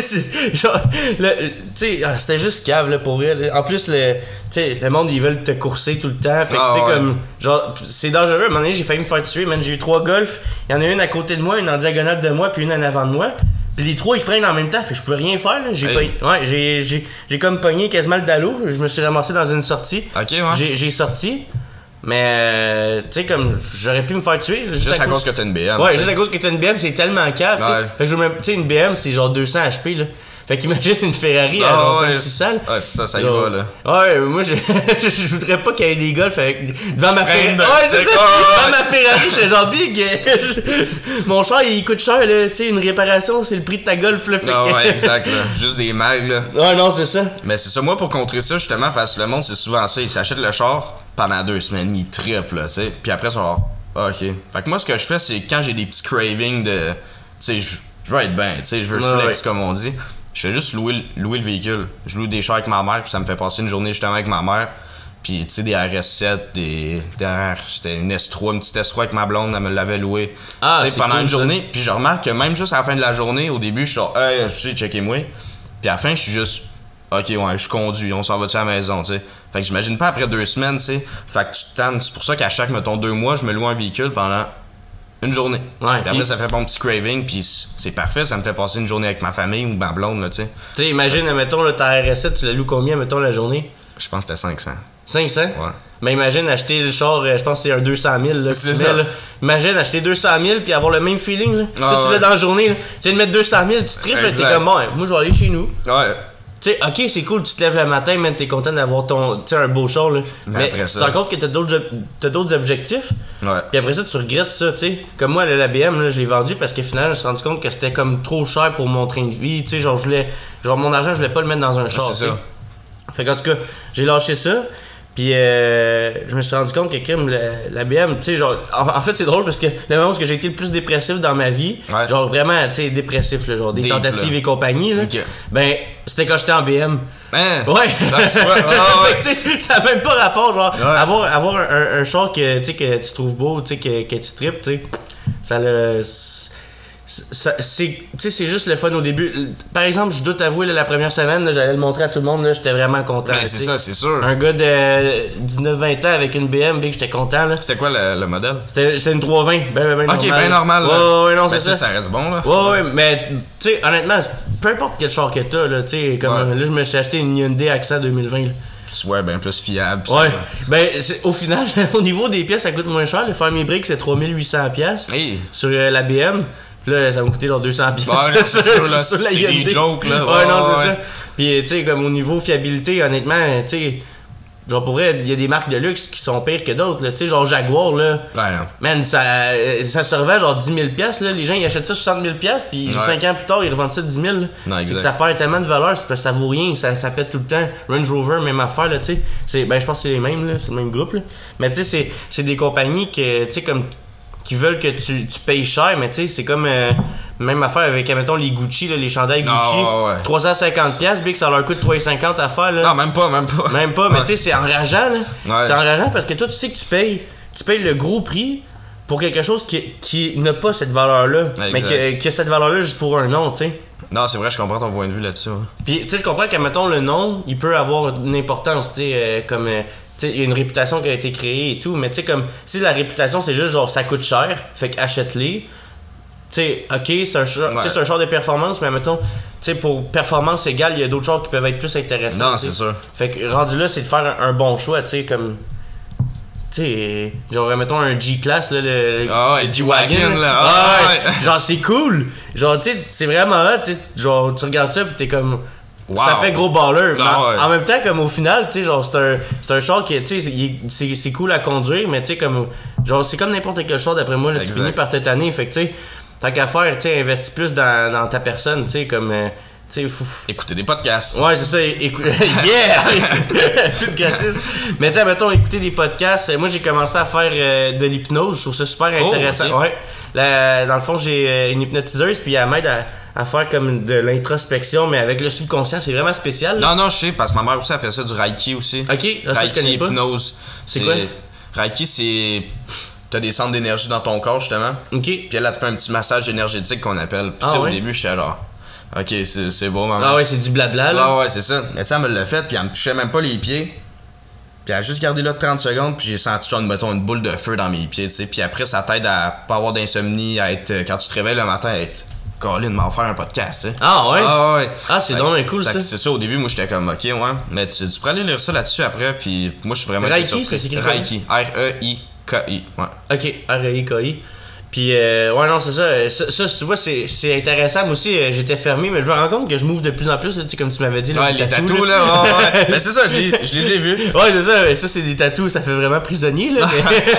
tu sais, c'était juste cave, là, pour elle. En plus, le monde, ils veulent te courser tout le temps. Fait que, tu sais, comme, genre, c'est dangereux. À un moment donné, j'ai failli me faire tuer, man. J'ai eu 3 golfs. Il y en a une à côté de moi, une en diagonale de moi, puis une en avant de moi. Puis les 3, ils freinent en même temps. Fait que je pouvais rien faire, là. J'ai comme pogné quasiment le dallo. Je me suis ramassé dans une sortie. Ok, ouais. J'ai sorti. Mais, tu sais, comme, j'aurais pu me faire tuer. Juste à cause que t'as une BM. Ouais, juste à cause que t'as une BM, c'est tellement cave. Ouais. Fait que, tu sais, une BM, c'est genre 200 HP, là. Fait qu'imagine une Ferrari à genre 500-600. Ouais, ça y va, là. Ouais, moi, je voudrais pas qu'il y ait des golfs avec. Devant ma Ferrari. Ouais, c'est ça. Devant ma Ferrari, je suis genre big. Mon char, il coûte cher, là. Tu sais, une réparation, c'est le prix de ta golf, là. Non, ouais, exact, là. Juste des mags, là. Ouais, non, c'est ça. Mais c'est ça, moi, pour contrer ça, justement, parce que le monde, c'est souvent ça. Ils s'achètent le char pendant 2 semaines, ils trippent, là, tu sais. Puis après, ça va. Ok. Fait que moi, ce que je fais, c'est quand j'ai des petits cravings de. Tu sais, je veux être bien, tu sais, je veux flex, comme on dit. Je fais juste louer le véhicule. Je loue des chars avec ma mère, puis ça me fait passer une journée justement avec ma mère. Puis, tu sais, des RS7, c'était une S3, une petite S3 avec ma blonde, elle me l'avait loué. Pendant une journée. Puis je remarque que même juste à la fin de la journée, au début, je suis genre, hey, je suis checké-moi. Puis à la fin, je suis juste, ok, ouais, je conduis, on s'en va-tu à la maison, tu sais. Fait que j'imagine pas après 2 semaines, tu sais. Fait que tu te tannes. C'est pour ça qu'à chaque, mettons, 2 mois, je me loue un véhicule pendant une journée. Ouais, puis après, ça fait mon petit craving, puis c'est parfait, ça me fait passer une journée avec ma famille ou ma blonde, là, tu sais. Tu sais, imagine, mettons, là, ta RS7, tu la loues combien, mettons, la journée? Je pense que c'était 500. 500? Ouais. Mais imagine acheter le char, je pense que c'est un 200 000. Là, c'est ça. Là. Imagine acheter 200 000 puis avoir le même feeling. Là. Toi, tu l'as dans la journée. Là. Tu viens de mettre 200 000, tu tripes, t'es comme bon, moi je vais aller chez nous. Ouais. Tu sais, ok, c'est cool, tu te lèves le matin, mais t'es content d'avoir un beau char. Là. Mais tu te rends compte que t'as d'autres objectifs. Ouais. Puis après ça, tu regrettes ça. T'sais. Comme moi, la BM, là, je l'ai vendue parce qu'au final, je me suis rendu compte que c'était comme trop cher pour mon train de vie. Tu sais, genre, mon argent, je voulais pas le mettre dans un char. C'est ça. Fait qu'en tout cas, j'ai lâché ça. Puis je me suis rendu compte que crime, la BM, tu sais, genre, en fait, c'est drôle parce que le moment où j'ai été le plus dépressif dans ma vie, genre vraiment, tu sais, dépressif, là, genre des tentatives et compagnie, là, ben, c'était quand j'étais en BM. Hein? Ouais! Fait que, ça n'a même pas rapport, genre, avoir un char que tu trouves beau, que tu tripes, tu sais, ça le. C'est juste le fun au début. Par exemple, je dois t'avouer, la première semaine, là, j'allais le montrer à tout le monde, là, j'étais vraiment content. Ben, c'est ça, c'est sûr. Un gars de 19-20 ans avec une BM, j'étais content. Là. C'était quoi le modèle? C'était une 320, ben normal. Ok, ben normal. Ouais, non, ben, c'est ça. Ça reste bon, là. Ouais, mais tu sais, honnêtement, peu importe quel char que t'as, là, tu sais, comme là, je me suis acheté une Hyundai Accent 2020. Là. Ouais, ben plus fiable. Ouais, ben au final, au niveau des pièces, ça coûte moins cher. Le Fermi Brick, c'est 3800$ sur la BM. Là, ça m'a coûté genre 200$. Ouais, c'est des jokes, là. Ouais, non, c'est ça. Puis, tu sais, comme au niveau fiabilité, honnêtement, tu sais, genre pour vrai, il y a des marques de luxe qui sont pires que d'autres, là. Tu sais, genre Jaguar, là. Ouais, non. Man, ça se revend genre 10 000$, là. Les gens, ils achètent ça 60 000$, puis 5 ans plus tard, ils revendent ça 10 000$. Non, exact. Ça perd tellement de valeur, c'est parce que ça vaut rien, ça pète tout le temps. Range Rover, même affaire, là, tu sais. Ben, je pense que c'est les mêmes, là. C'est le même groupe, là. Mais, tu sais, c'est des compagnies que, tu sais, comme. Qui veulent que tu payes cher, mais tu sais, c'est comme même affaire avec, mettons, les Gucci, là, les chandails Gucci. 350$, puis que ça leur coûte 350$ à faire. Là. Non, même pas. Même pas, mais tu sais, c'est enrageant, là. Ouais. C'est enrageant parce que toi, tu sais que tu payes le gros prix pour quelque chose qui n'a pas cette valeur-là, mais qui a cette valeur-là juste pour un nom, tu sais. Non, c'est vrai, je comprends ton point de vue là-dessus. Ouais. Puis, tu sais, je comprends que, mettons, le nom, il peut avoir une importance, tu sais, comme. Il y a une réputation qui a été créée et tout, mais tu sais, comme si la réputation c'est juste genre ça coûte cher, fait qu'achète-les. Tu sais, ok, c'est un char de performance, mais mettons, tu sais, pour performance égale, il y a d'autres chars qui peuvent être plus intéressants. Non, c'est sûr. Fait que rendu là, c'est de faire un bon choix, tu sais, comme. Tu sais, genre, mettons un G-Class, là, le G-Wagon, là. Ouais. Genre, c'est cool. Genre, tu sais, c'est vraiment là, tu sais, genre, tu regardes ça pis t'es comme. Wow. Ça fait gros baller. En même temps, comme au final, tu sais, genre, c'est un char qui, tu sais, c'est cool à conduire, mais tu sais, comme, genre, c'est comme n'importe quel char d'après moi, là, tu finis par cette année. Fait que, tu sais, tant qu'à faire, tu sais, investis plus dans ta personne, tu sais, comme, tu sais, écouter des podcasts. Ouais, c'est ça, yeah! Plus de gratis. Mais tu sais, mettons, écouter des podcasts. Moi, j'ai commencé à faire de l'hypnose, je trouve ça super intéressant. Okay. Ouais. Dans le fond, j'ai une hypnotiseuse, puis elle m'aide à faire comme de l'introspection, mais avec le subconscient, c'est vraiment spécial. Là. Non, je sais, parce que ma mère aussi a fait ça, du Reiki aussi. Ok, ça, je connais pas. Hypnose. C'est quoi? Reiki, c'est. T'as des centres d'énergie dans ton corps, justement. Ok. Puis elle te fait un petit massage énergétique qu'on appelle. Puis au début, j'étais genre. Ok, c'est beau, maman. Ah ouais, c'est du blabla, là. Ah ouais, c'est ça. Mais tu sais, elle me l'a fait, puis elle me touchait même pas les pieds. Puis elle a juste gardé là 30 secondes, puis j'ai senti genre, mettons, une boule de feu dans mes pieds, tu sais. Puis après, ça t'aide à pas avoir d'insomnie, à être. Quand tu te réveilles le matin, à être. Colin, m'en faire un podcast, tu sais. Ah ouais? Ah ouais. Ah, c'est donc cool, ça. C'est ça, au début, moi, j'étais comme, ok, ouais. Mais tu pourrais aller lire ça là-dessus après, puis moi, je suis vraiment. Reiki, c'est écrit Reiki. R-E-I-K-I. Ouais. Ok, R-E-I-K-I. Puis, ouais, non, c'est ça. Ça, tu vois, c'est intéressant. Moi aussi, j'étais fermé, mais je me rends compte que je m'ouvre de plus en plus, tu sais, comme tu m'avais dit. Là, ouais, les tatous, là. Ouais. Mais c'est ça, je les ai vus. Ouais, c'est ça. Ça, c'est des tatous, ça fait vraiment prisonnier, là.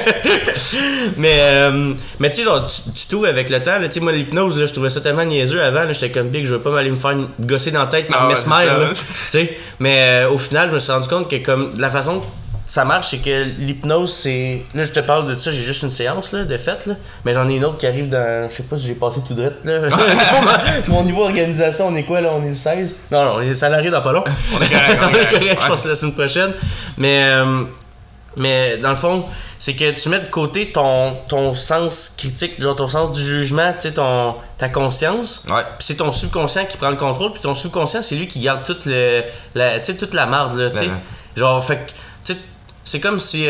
Mais tu sais, genre, tu t'ouvres avec le temps, là. Tu sais, moi, l'hypnose, là, je trouvais ça tellement niaiseux avant, là. J'étais comme big, je veux pas m'aller me faire gosser dans la tête par mesmer, là. Tu sais. Mais au final, je me suis rendu compte que, comme, la façon ça marche, c'est que l'hypnose, c'est. Là, je te parle de ça, j'ai juste une séance là, de fait, là. Mais j'en ai une autre qui arrive dans. Je sais pas si j'ai passé tout droit, là. Mon niveau organisation, on est quoi, là? On est le 16? Non, on est salarié dans pas long. On est correct. Je pense que c'est la semaine prochaine. Mais. Mais dans le fond, c'est que tu mets de côté ton sens critique, genre ton sens du jugement, tu sais, ta conscience. Ouais. Puis c'est ton subconscient qui prend le contrôle, puis ton subconscient, c'est lui qui garde toute la marde, là, tu sais. Genre, fait que, tu sais, c'est comme si,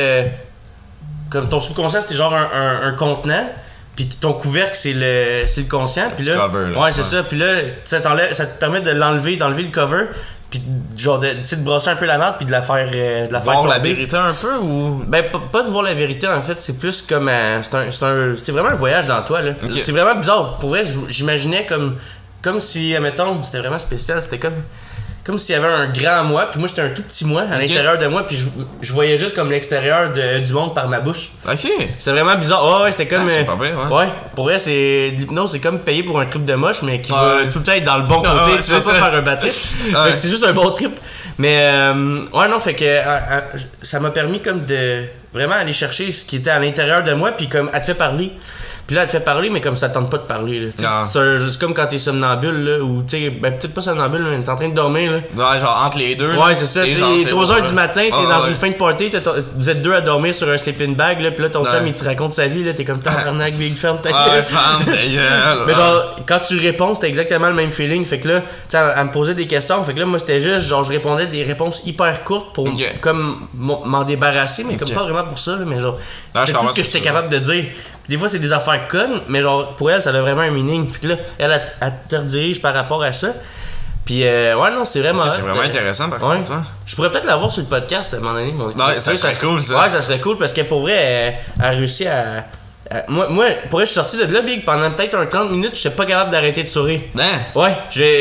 comme ton subconscient, c'était genre un contenant, puis ton couvercle, c'est le conscient. Puis là, cover, là. Ouais, c'est ça. Puis là, ça te permet de d'enlever le cover. Puis genre de brosser un peu la marde puis de la faire voir tomber. La vérité un peu ou ben pas de voir la vérité en fait, c'est plus comme c'est vraiment un voyage dans toi là. Okay. C'est vraiment bizarre. Pour vrai, j'imaginais comme si mettons, c'était vraiment spécial, c'était comme s'il y avait un grand moi, puis moi j'étais un tout petit moi à l'intérieur de moi, puis je voyais juste comme l'extérieur du monde par ma bouche. OK. C'était vraiment bizarre. Ouais, c'était comme c'est pas vrai, ouais, pour vrai, l'hypnose, c'est comme payer pour un trip de moche mais qui va tout le temps être dans le bon côté, tu vas pas faire un bad trip. Fait que c'est juste un bon trip. Mais ouais non, fait que ça m'a permis comme de vraiment aller chercher ce qui était à l'intérieur de moi, puis comme elle te fait parler. Puis là, elle te fait parler, mais comme ça tente pas de parler. Là. C'est comme quand t'es somnambule, là, ou tu sais, ben peut-être pas somnambule, mais t'es en train de dormir. Là. Ouais, genre entre les deux. Ouais, c'est ça. T'es 3h du matin, t'es dans une fin de party, vous êtes deux à dormir sur un sleeping bag, là, puis là, ton chum, il te raconte sa vie, là, t'es comme tabarnak, big ferme ta gueule. Ferme ta gueule. Mais genre, quand tu réponds, c'était exactement le même feeling. Fait que là, tu sais, elle me posait des questions. Fait que là, moi, c'était juste, genre, je répondais des réponses hyper courtes pour comme m'en débarrasser, mais comme pas vraiment pour ça, là, mais genre, c'était tout ce que j'étais capable de dire. Des fois, c'est des affaires connes, mais genre, pour elle, ça a vraiment un meaning. Fait que là, elle te redirige par rapport à ça. Puis, ouais, non, c'est vraiment. C'est vraiment intéressant, par contre. Hein? Je pourrais peut-être l'avoir sur le podcast à un moment donné. Non, ça serait cool, ça. Ouais, ça serait cool parce que pour vrai, elle a réussi à. Moi, pour vrai, je suis sorti de là, Big, pendant peut-être 30 minutes, j'étais pas capable d'arrêter de sourire. Ouais,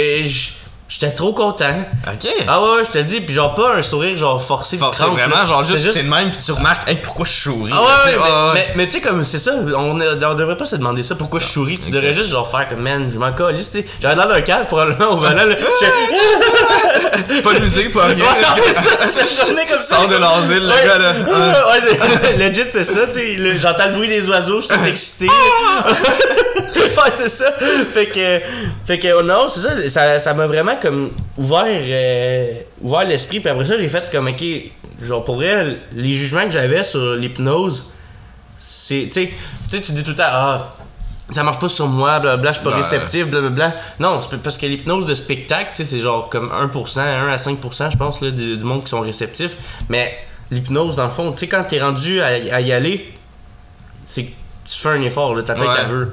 j'étais trop content. OK. Ah ouais, je te le dis, puis genre pas un sourire genre forcé. Forcé vraiment, genre juste t'es de même puis tu remarques, hey, pourquoi je souris? Ah ouais, mais tu sais, comme c'est ça, on devrait pas se demander ça, pourquoi je souris. Tu devrais juste genre faire comme, man, je m'en calisse, tu sais. J'avais l'air d'un calme probablement au volant, là. Pas de musique, pas rien. Ouais, non, c'est ça, je tournais comme ça. Sors de l'asile, le gars, là. Ouais, legit, c'est ça, tu sais. J'entends le bruit des oiseaux, je suis excité. Ouais, c'est ça. Fait que non, c'est ça m'a vraiment comme ouvert l'esprit. Puis après ça, j'ai fait comme, ok, genre pour vrai, les jugements que j'avais sur l'hypnose, c'est, tu sais, tu dis tout le temps, ça marche pas sur moi, blablabla, je suis pas réceptif, blablabla. Non, c'est parce que l'hypnose de spectacle, tu sais, c'est genre comme 1%, 1 à 5%, je pense, là, du monde qui sont réceptifs. Mais l'hypnose, dans le fond, tu sais, quand t'es rendu à y aller, c'est que tu fais un effort, là, ta tête, elle veut.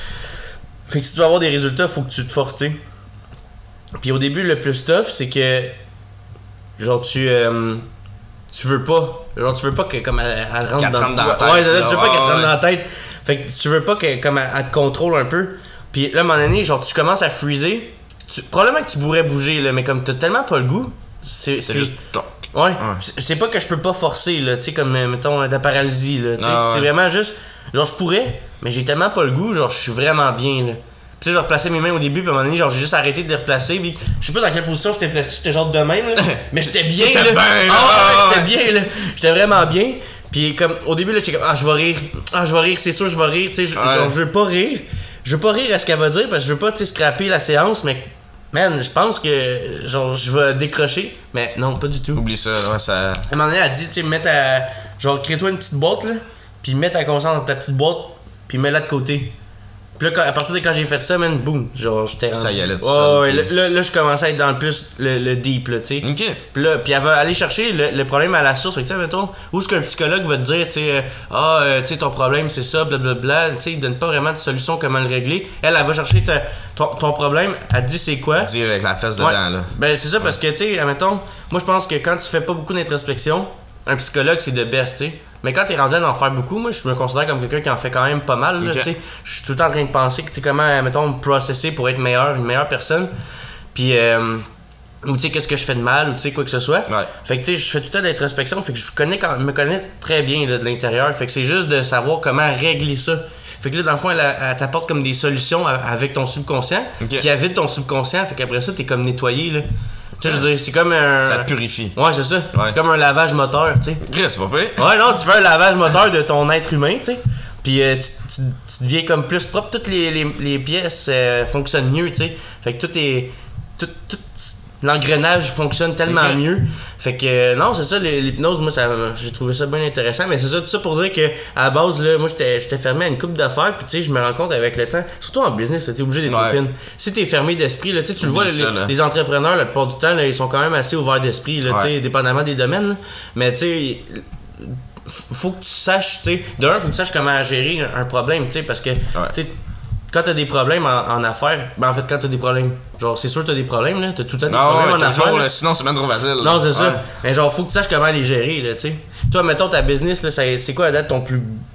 Fait que si tu veux avoir des résultats, faut que tu te forces, tu sais. Puis au début, le plus tough, c'est que genre tu veux pas. Genre tu veux pas que comme elle rentre dans la tête. Ouais, tu veux pas qu'elle te rentre dans la tête. Fait que tu veux pas que comme elle te contrôle un peu. Puis là, à un moment donné, genre tu commences à freezer. Probablement que tu pourrais bouger, là, mais comme t'as tellement pas le goût, c'est juste toc. Ouais. C'est pas que je peux pas forcer, là, tu sais, comme mettons de la paralysie, là. C'est vraiment juste. Genre, je pourrais, mais j'ai tellement pas le goût, genre, je suis vraiment bien, là. Puis, tu sais, je replaçais mes mains au début, puis à un moment donné, genre, j'ai juste arrêté de les replacer, puis je sais pas dans quelle position j'étais placé, j'étais genre de même, là. Mais j'étais bien, là. J'étais bien, là. J'étais vraiment bien. Puis, comme, au début, là, j'étais comme, je vais rire, c'est sûr, je vais rire, tu sais, genre, je veux pas rire. Je veux pas rire à ce qu'elle va dire, parce que je veux pas, tu sais, scraper la séance, mais. Man, je pense que genre je vais décrocher, mais non, pas du tout. Oublie ça, ça. À un moment donné, elle dit, tu sais, genre crée-toi une petite boîte là, puis mets ta conscience dans ta petite boîte, puis mets-la de côté. Puis là, à partir de quand j'ai fait ça, man, boum, genre j'étais rendu. Ça y allait tout seul. Ouais, là, je commençais à être dans le plus le deep là, tu sais. OK. Puis elle va aller chercher le problème à la source. Tu sais, mettons, où est-ce qu'un psychologue va te dire, tu sais, tu sais, ton problème c'est ça, blablabla. Tu sais, il donne pas vraiment de solution comment le régler. Elle va chercher ton problème, elle te dit c'est quoi. Dire avec la fesse dedans, là. Ben, c'est ça, parce que, tu sais, mettons, moi je pense que quand tu fais pas beaucoup d'introspection, un psychologue c'est de best, tu sais. Mais quand t'es rendu à en faire beaucoup, moi je me considère comme quelqu'un qui en fait quand même pas mal, tu sais. Je suis tout le temps en train de penser que t'es comment, mettons, processer pour être une meilleure personne. Puis, ou tu sais, qu'est-ce que je fais de mal, ou tu sais, quoi que ce soit. Ouais. Fait que tu sais, je fais tout le temps d'introspection, fait que me connais très bien là, de l'intérieur. Fait que c'est juste de savoir comment régler ça. Fait que là, dans le fond, elle t'apporte comme des solutions avec ton subconscient, qui vide ton subconscient, fait qu'après ça, t'es comme nettoyé, là. Tu sais, je veux dire, c'est comme un. Ça te purifie. Ouais, c'est ça. Ouais. C'est comme un lavage moteur, tu sais. C'est pas pire. Ouais, non, tu fais un lavage moteur de ton être humain, tu sais. Puis tu deviens comme plus propre. Toutes les pièces fonctionnent mieux, tu sais. Fait que tout est. Tout l'engrenage fonctionne tellement mieux. Fait que non, c'est ça, l'hypnose, moi j'ai trouvé ça bien intéressant, mais c'est ça, tout ça pour dire que à la base, là, moi j'étais fermé à une couple d'affaires, puis tu sais, je me rends compte avec le temps, surtout en business, t'es obligé d'être open. Si t'es fermé d'esprit, là, tu le vois, les entrepreneurs, la plupart du temps, là, ils sont quand même assez ouverts d'esprit, là, tu sais, dépendamment des domaines, là. Mais tu sais, faut que tu saches, tu sais, faut que tu saches comment gérer un problème, tu sais, parce que, tu sais, quand t'as des problèmes en affaires, ben en fait, quand t'as des problèmes, genre, c'est sûr que t'as des problèmes, là, t'as tout le temps des problèmes en affaires. Là. Sinon, c'est même trop facile. Non, c'est ça. Mais genre, faut que tu saches comment les gérer, là, tu sais. Toi, mettons, ta business, là, c'est quoi à date ton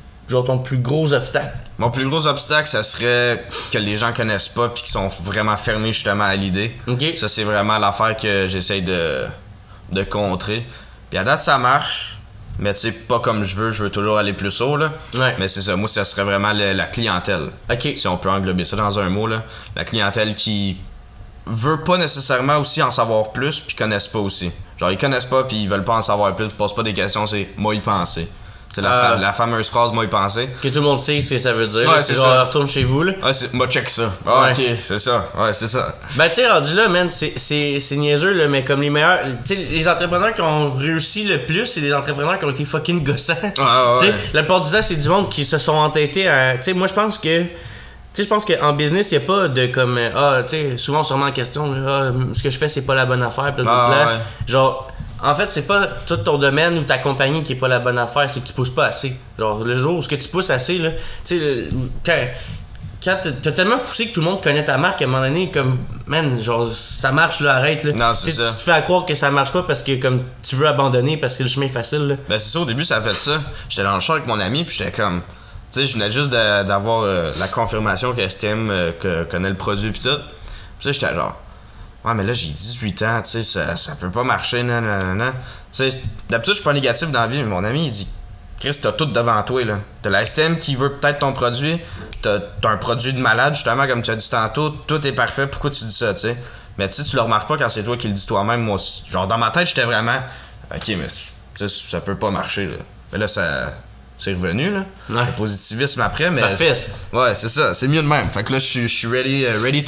plus gros obstacle? Mon plus gros obstacle, ça serait que les gens connaissent pas puis qu'ils sont vraiment fermés justement à l'idée. Okay. Ça, c'est vraiment l'affaire que j'essaye de contrer. Puis à date, ça marche. Mais tu sais, pas comme je veux toujours aller plus haut, là. Ouais. Mais c'est ça, moi, ça serait vraiment la clientèle. OK. Si on peut englober ça dans un mot, là. La clientèle qui veut pas nécessairement aussi en savoir plus, puis connaissent pas aussi. Genre, ils connaissent pas, puis ils veulent pas en savoir plus, ils posent pas des questions, c'est « moi y penser ». C'est la fameuse phrase « moi y penser ». Que tout le monde sait ce que ça veut dire. Ouais, là, c'est genre, ça. Retourne chez vous, là. Ouais, c'est « moi check ça ». Ah, ouais. OK, c'est ça. Ouais, c'est ça. Ben, tu sais, rendu là, man, c'est niaiseux, là, mais comme les meilleurs... Tu sais, les entrepreneurs qui ont réussi le plus, c'est les entrepreneurs qui ont été fucking gossants. Ah, ouais. Tu sais, la plupart du temps, c'est du monde qui se sont entêtés à... Tu sais, moi, je pense que... Tu sais, je pense qu'en business, il n'y a pas de comme... tu sais, souvent, on se remet en question, là, ce que je fais, c'est pas la bonne affaire, ouais. Genre... En fait, c'est pas tout ton domaine ou ta compagnie qui est pas la bonne affaire, c'est que tu pousses pas assez. Genre, le jour où tu pousses assez, là, tu sais, quand t'as tellement poussé que tout le monde connaît ta marque, à un moment donné, comme, man, genre, ça marche, là, arrête, là. Non, c'est ça. Tu te fais à croire que ça marche pas parce que, comme, tu veux abandonner parce que le chemin est facile, là. Ben, c'est ça, au début, ça a fait ça. J'étais dans le char avec mon ami, puis j'étais comme... Tu sais, je venais juste d'avoir la confirmation que STM connaît le produit, pis tout. Puis ça, j'étais genre... Ouais, mais là, j'ai 18 ans, tu sais, ça peut pas marcher, nanana. Tu sais, d'habitude, je suis pas négatif dans la vie, mais mon ami, il dit, Chris, t'as tout devant toi, là. T'as la STM qui veut peut-être ton produit, t'as un produit de malade, justement, comme tu as dit tantôt, tout est parfait, pourquoi tu dis ça, tu sais? Mais tu sais, tu le remarques pas quand c'est toi qui le dis toi-même, moi. Genre, dans ma tête, j'étais vraiment, ok, mais tu sais, ça peut pas marcher, là. Mais là, c'est revenu, là. Ouais. Le positivisme après, mais... Parfait. Ouais, c'est ça. C'est mieux de même. Fait que là, je suis ready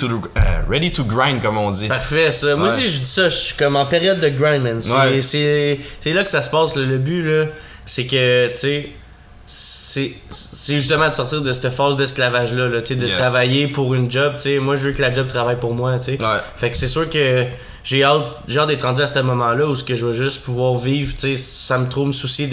to grind, comme on dit. Parfait, ça. Moi aussi, je dis ça. Je suis comme en période de grind, man. C'est là que ça se passe, là. Le but, là, c'est que, tu sais... C'est justement de sortir de cette phase d'esclavage-là, là, tu sais, de travailler pour une job, tu sais. Moi, je veux que la job travaille pour moi, tu sais. Ouais. Fait que c'est sûr que... J'ai hâte d'être rendu à ce moment-là où je vais juste pouvoir vivre, tu sais, ça me trop me soucier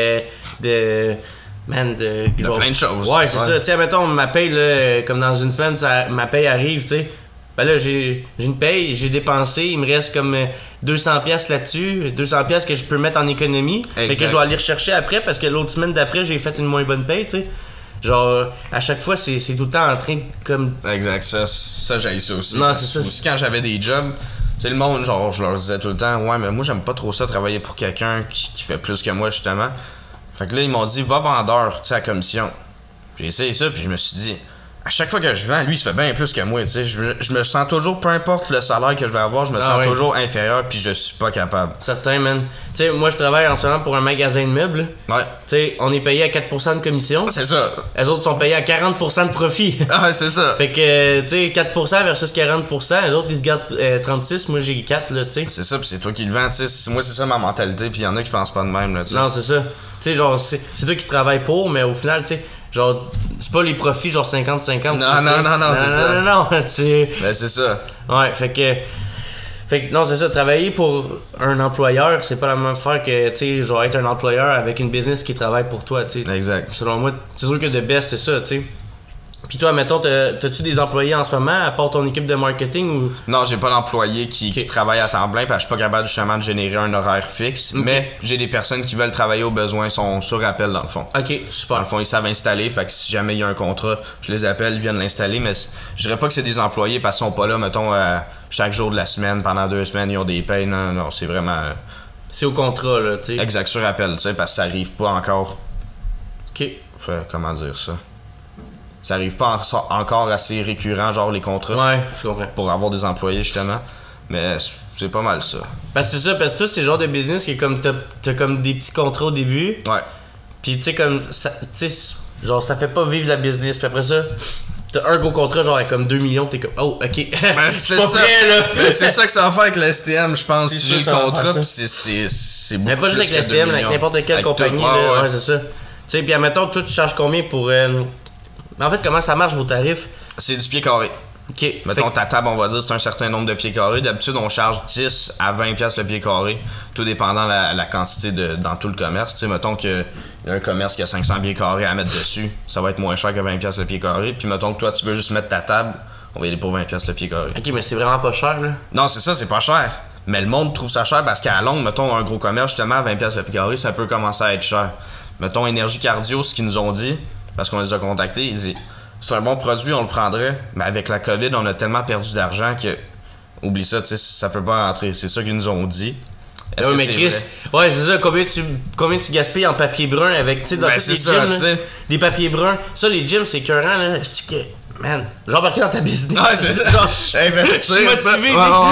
de genre, plein de choses. Ouais, c'est ça. Tu sais, mettons, ma paye, là, comme dans une semaine, ma paye arrive, tu sais. Ben là, j'ai une paye, j'ai dépensé, il me reste comme 200$ là-dessus, 200$ que je peux mettre en économie, mais que je dois aller rechercher après parce que l'autre semaine d'après, j'ai fait une moins bonne paye, tu sais. Genre, à chaque fois, c'est tout le temps en train de comme... Exact, ça j'ai ça aussi. Non, c'est ça. Aussi, quand j'avais des jobs... Tu sais, le monde, genre, je leur disais tout le temps, ouais, mais moi, j'aime pas trop ça, travailler pour quelqu'un qui fait plus que moi, justement. Fait que là, ils m'ont dit, va vendeur, tu sais, à commission. J'ai essayé ça, puis je me suis dit, à chaque fois que je vends, lui, il se fait bien plus que moi, tu sais. Je me sens toujours, peu importe le salaire que je vais avoir, je me sens toujours inférieur, puis je suis pas capable. Certain, man. Tu sais, moi, je travaille en ce moment pour un magasin de meubles. Ouais. Tu sais, on est payé à 4% de commission. C'est ça. Les autres sont payés à 40% de profit. Ah, c'est ça. Fait que, tu sais, 4% versus 40%, les autres, ils se gardent 36, moi, j'ai 4, là, tu sais. C'est ça, puis c'est toi qui le vends, tu sais. Moi, c'est ça ma mentalité, puis il y en a qui pensent pas de même, là, tu sais. Non, c'est ça. Tu sais, genre, c'est toi qui travailles pour, mais au final, tu sais, genre, c'est pas les profits, genre 50-50. Non, c'est ça. Non, tu sais. Ben, c'est ça. Ouais, fait que non, c'est ça, travailler pour un employeur, c'est pas la même affaire que, tu sais, genre être un employeur avec une business qui travaille pour toi, tu sais. Exact. Selon moi, c'est sûr que le best, c'est ça, tu sais. Puis toi, mettons, t'as-tu des employés en ce moment, à part ton équipe de marketing ou... Non, j'ai pas d'employé qui travaille à temps plein, parce que je suis pas capable justement de générer un horaire fixe. Okay. Mais j'ai des personnes qui veulent travailler au besoin, sont sur appel dans le fond. Ok, super. Dans le fond, ils savent installer, fait que si jamais il y a un contrat, je les appelle, ils viennent l'installer, mais je dirais pas que c'est des employés parce qu'ils sont pas là, mettons, chaque jour de la semaine, pendant 2 semaines, ils ont des payes. Non, c'est vraiment... C'est au contrat, là, tu sais. Exact, sur appel, tu sais, parce que ça arrive pas encore... Ok. Comment dire ça? Ça arrive pas encore assez récurrent, genre les contrats. Ouais, je comprends. Pour avoir des employés, justement. Mais c'est pas mal ça. Parce que c'est ça, parce que toi, c'est le genre de business qui est comme t'as comme des petits contrats au début. Ouais. Puis tu sais, comme ça, tu sais, genre ça fait pas vivre la business. Puis après ça, t'as un gros contrat genre avec comme 2 millions, t'es comme oh ok. C'est ça. Prêt, là. C'est ça que ça va faire avec la STM, je pense. Si j'ai le contrat, pis c'est beaucoup. Mais pas juste avec la STM, avec n'importe quelle compagnie. Là, ouais, c'est ça. Tu sais, puis admettons, toi tu charges combien pour. En fait, comment ça marche vos tarifs? C'est du pied carré. Ok. Mettons ta table, on va dire, c'est un certain nombre de pieds carrés. D'habitude, on charge 10 à 20$ le pied carré, tout dépendant la quantité dans tout le commerce. Tu sais, mettons qu'il y a un commerce qui a 500 pieds carrés à mettre dessus, ça va être moins cher que 20$ le pied carré. Puis mettons que toi, tu veux juste mettre ta table, on va y aller pour 20$ le pied carré. Ok, mais c'est vraiment pas cher, là. Non, c'est ça, c'est pas cher. Mais le monde trouve ça cher parce qu'à la longue, mettons, un gros commerce, justement, à 20$ le pied carré, ça peut commencer à être cher. Mettons, Énergie Cardio, ce qu'ils nous ont dit, parce qu'on les a contactés, ils disent c'est un bon produit, on le prendrait, mais avec la COVID, on a tellement perdu d'argent que, oublie ça, tu sais, ça peut pas rentrer. C'est ça qu'ils nous ont dit. Oui, mais Chris, ouais, c'est ça, combien tu gaspilles en papier brun avec, tu sais, dans tous les gyms, là, des papiers bruns. Ça, les gyms, c'est écœurant, là. C'est que, man, j'ai embarqué dans ta business. Ouais, c'est ça. Genre, je suis motivé.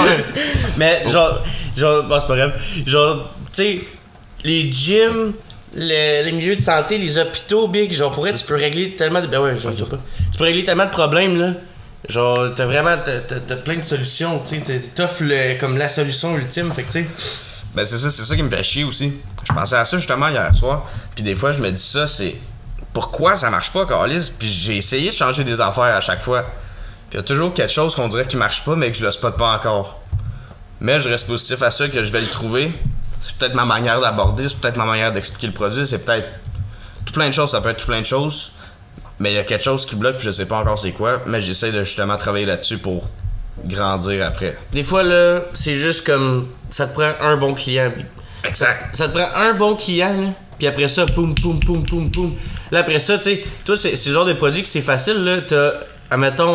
Mais, genre, bon, c'est pas grave. Genre, tu sais, les gyms, les milieux de santé, les hôpitaux, big, genre, pour être, tu peux régler tellement de. Ben ouais, genre, tu peux régler tellement de problèmes, là. Genre, t'as plein de solutions, tu sais, t'offres comme la solution ultime, fait que, tu sais. Ben, c'est ça qui me fait chier aussi. Je pensais à ça justement hier soir, puis des fois, je me dis ça, c'est. Pourquoi ça marche pas, Carlis? Puis j'ai essayé de changer des affaires à chaque fois. Puis il y a toujours quelque chose qu'on dirait qui marche pas, mais que je le spot pas encore. Mais je reste positif à ça, que je vais le trouver. C'est peut-être ma manière d'aborder, c'est peut-être ma manière d'expliquer le produit, c'est peut-être tout plein de choses, ça peut être tout plein de choses. Mais il y a quelque chose qui bloque, puis je sais pas encore c'est quoi, mais j'essaie de justement travailler là-dessus pour grandir après. Des fois, là, c'est juste comme, ça te prend un bon client. Exact. Ça te prend un bon client, là, puis après ça, poum, poum, poum, poum, poum. Là, après ça, tu sais, toi, c'est le genre de produit que c'est facile, là, admettons,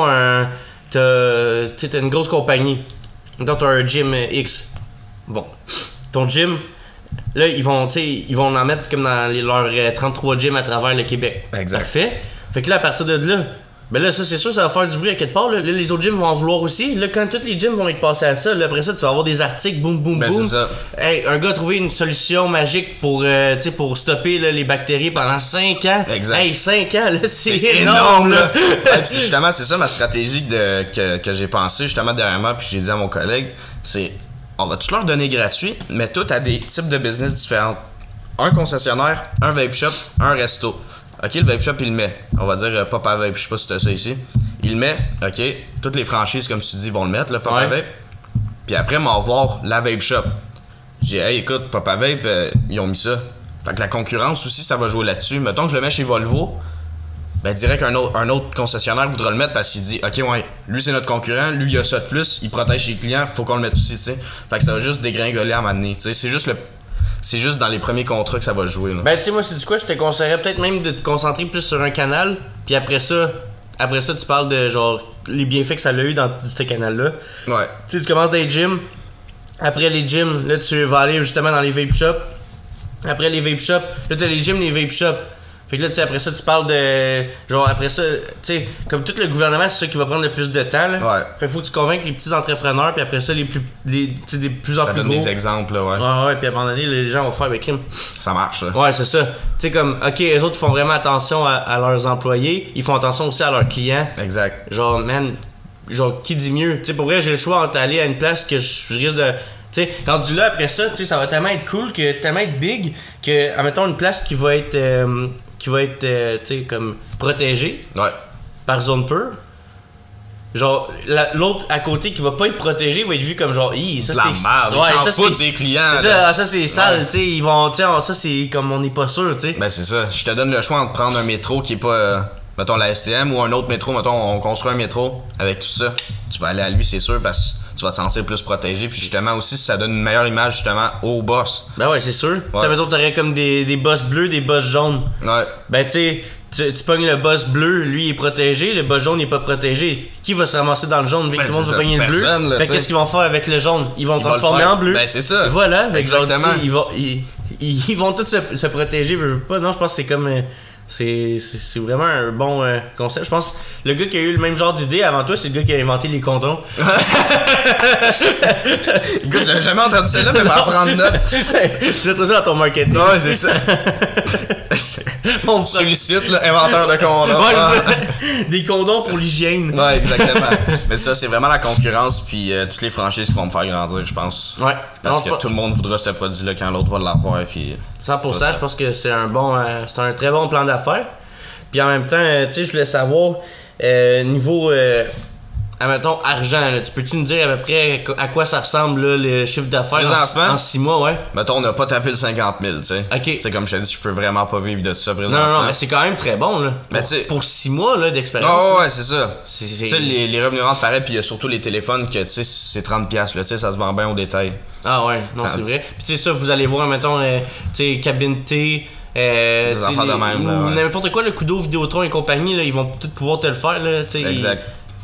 t'as une grosse compagnie. Donc, t'as un gym X. Bon. Ton gym, là, ils vont en mettre comme dans leurs 33 gyms à travers le Québec. Exact. Parfait. Fait que là, à partir de là, ben là, ça, c'est sûr, ça va faire du bruit à quelque part. Là, les autres gyms vont en vouloir aussi. Là, quand tous les gyms vont être passés à ça, là, après ça, tu vas avoir des articles, boum, boum, boum. C'est ça. Hey, un gars a trouvé une solution magique pour stopper là, les bactéries pendant 5 ans. Exact. Hey, 5 ans, là, c'est énorme, là. Ouais, pis justement, c'est ça ma stratégie que j'ai pensé justement dernièrement, puis j'ai dit à mon collègue, c'est on va tous leur donner gratuit, mais tout à des types de business différents. Un concessionnaire, un vape shop, un resto. Ok, le vape shop, il le met. On va dire Papa Vape, je sais pas si t'as ça ici. Il le met, ok. Toutes les franchises, comme tu dis, vont le mettre, le Papa Vape. Puis après, on va voir la vape shop. J'ai dit, hey, écoute, Papa Vape, ils ont mis ça. Fait que la concurrence aussi, ça va jouer là-dessus. Mettons que je le mets chez Volvo, ben direct un autre concessionnaire voudra le mettre parce qu'il dit, ok, ouais, lui c'est notre concurrent, lui il a ça de plus, il protège ses clients, faut qu'on le mette aussi, tu sais. Fait que ça va juste dégringoler à un moment donné, tu sais. C'est juste dans les premiers contrats que ça va jouer, là. Ben, tu sais, moi, c'est du quoi, je te conseillerais peut-être même de te concentrer plus sur un canal, puis après ça, tu parles de genre les bienfaits que ça a eu dans ce canal-là. Ouais. Tu sais, tu commences dans les gyms, après les gyms, là, tu vas aller justement dans les vape shops. Après les vape shops, là, t'as les gyms, les vape shops. Fait que là, tu sais, après ça, tu parles de. Genre, après ça, tu sais, comme tout le gouvernement, c'est ça qui va prendre le plus de temps, là. Ouais. Fait qu'il faut que tu convainques les petits entrepreneurs, puis après ça, des plus en ça plus donne gros. des exemples, là, ouais. Ouais, puis à un moment donné, les gens vont faire avec crime. Ça marche, là. Ouais, c'est ça. Tu sais, comme, ok, les autres font vraiment attention à leurs employés, ils font attention aussi à leurs clients. Exact. Genre, man, genre, qui dit mieux? Tu sais, pour vrai, j'ai le choix entre aller à une place que je risque de. Tu sais, rendu là, après ça, tu sais, ça va tellement être cool, tellement être big, que, admettons, une place qui va être, tu sais, comme protégée par zone pure. Genre, l'autre à côté qui va pas être protégé va être vu comme genre, ça la c'est. merde, Ouais, ça c'est des clients. C'est ça, ça c'est sale, tu sais, ils vont, tu sais, ça c'est comme on n'est pas sûr, tu sais. Ben c'est ça, je te donne le choix entre prendre un métro qui est pas, mettons la STM ou un autre métro, mettons on construit un métro avec tout ça. Tu vas aller à lui, c'est sûr, parce que tu vas te sentir plus protégé, puis justement aussi ça donne une meilleure image justement au boss. Ben ouais, c'est sûr. Tu sais, mettons t'aurais comme des boss bleus, des boss jaunes. Ouais. Ben tu sais, tu pognes le boss bleu, lui il est protégé, le boss jaune il est pas protégé. Qui va se ramasser dans le jaune? Ben, tout le monde va pogner le bleu. Là, fait qu'est-ce qu'ils vont faire avec le jaune? Ils vont transformer en bleu. Ben c'est ça. Et voilà, exactement. Ils vont tous se protéger, je veux pas. Non, je pense que c'est comme. C'est vraiment un bon concept. Je pense que le gars qui a eu le même genre d'idée avant toi, c'est le gars qui a inventé les condoms. Écoute, j'avais jamais entendu celle-là, mais va en prendre note. Tu fais ça dans ton marketing. Ouais, c'est ça. On Sollicite, là, inventeur de condoms. Ouais, c'est ça. Des condoms pour l'hygiène. Ouais, exactement. Mais ça, c'est vraiment la concurrence, puis toutes les franchises qui vont me faire grandir, je pense. Ouais. Parce que tout le monde voudra ce produit-là quand l'autre va l'avoir, puis... 100%, je pense que c'est un très bon plan d'affaires. Puis en même temps, tu sais, je voulais savoir, niveau, admettons, argent, là, tu peux-tu nous dire à peu près à quoi ça ressemble, là, le chiffre d'affaires en 6 mois, ouais? Mettons, on n'a pas tapé le 50 000, tu sais. Ok. Tu sais, comme je t'ai dit, je peux vraiment pas vivre de ça présentement. Non, mais c'est quand même très bon, là. Mais pour 6 mois, là, d'expérience. Oh, ouais, c'est ça. C'est... Tu sais, les revenus rentrent pareil, puis il y a surtout les téléphones que, tu sais, c'est 30$, là, tu sais, ça se vend bien au détail. Ah ouais, non, c'est vrai. Puis tu sais, ça, vous allez voir, mettons, tu sais, cabine T... des affaires de même, là, ouais. N'importe quoi, le Kudo, Vidéotron et compagnie, là, ils vont peut-être pouvoir te le faire, là, tu sais. Exact.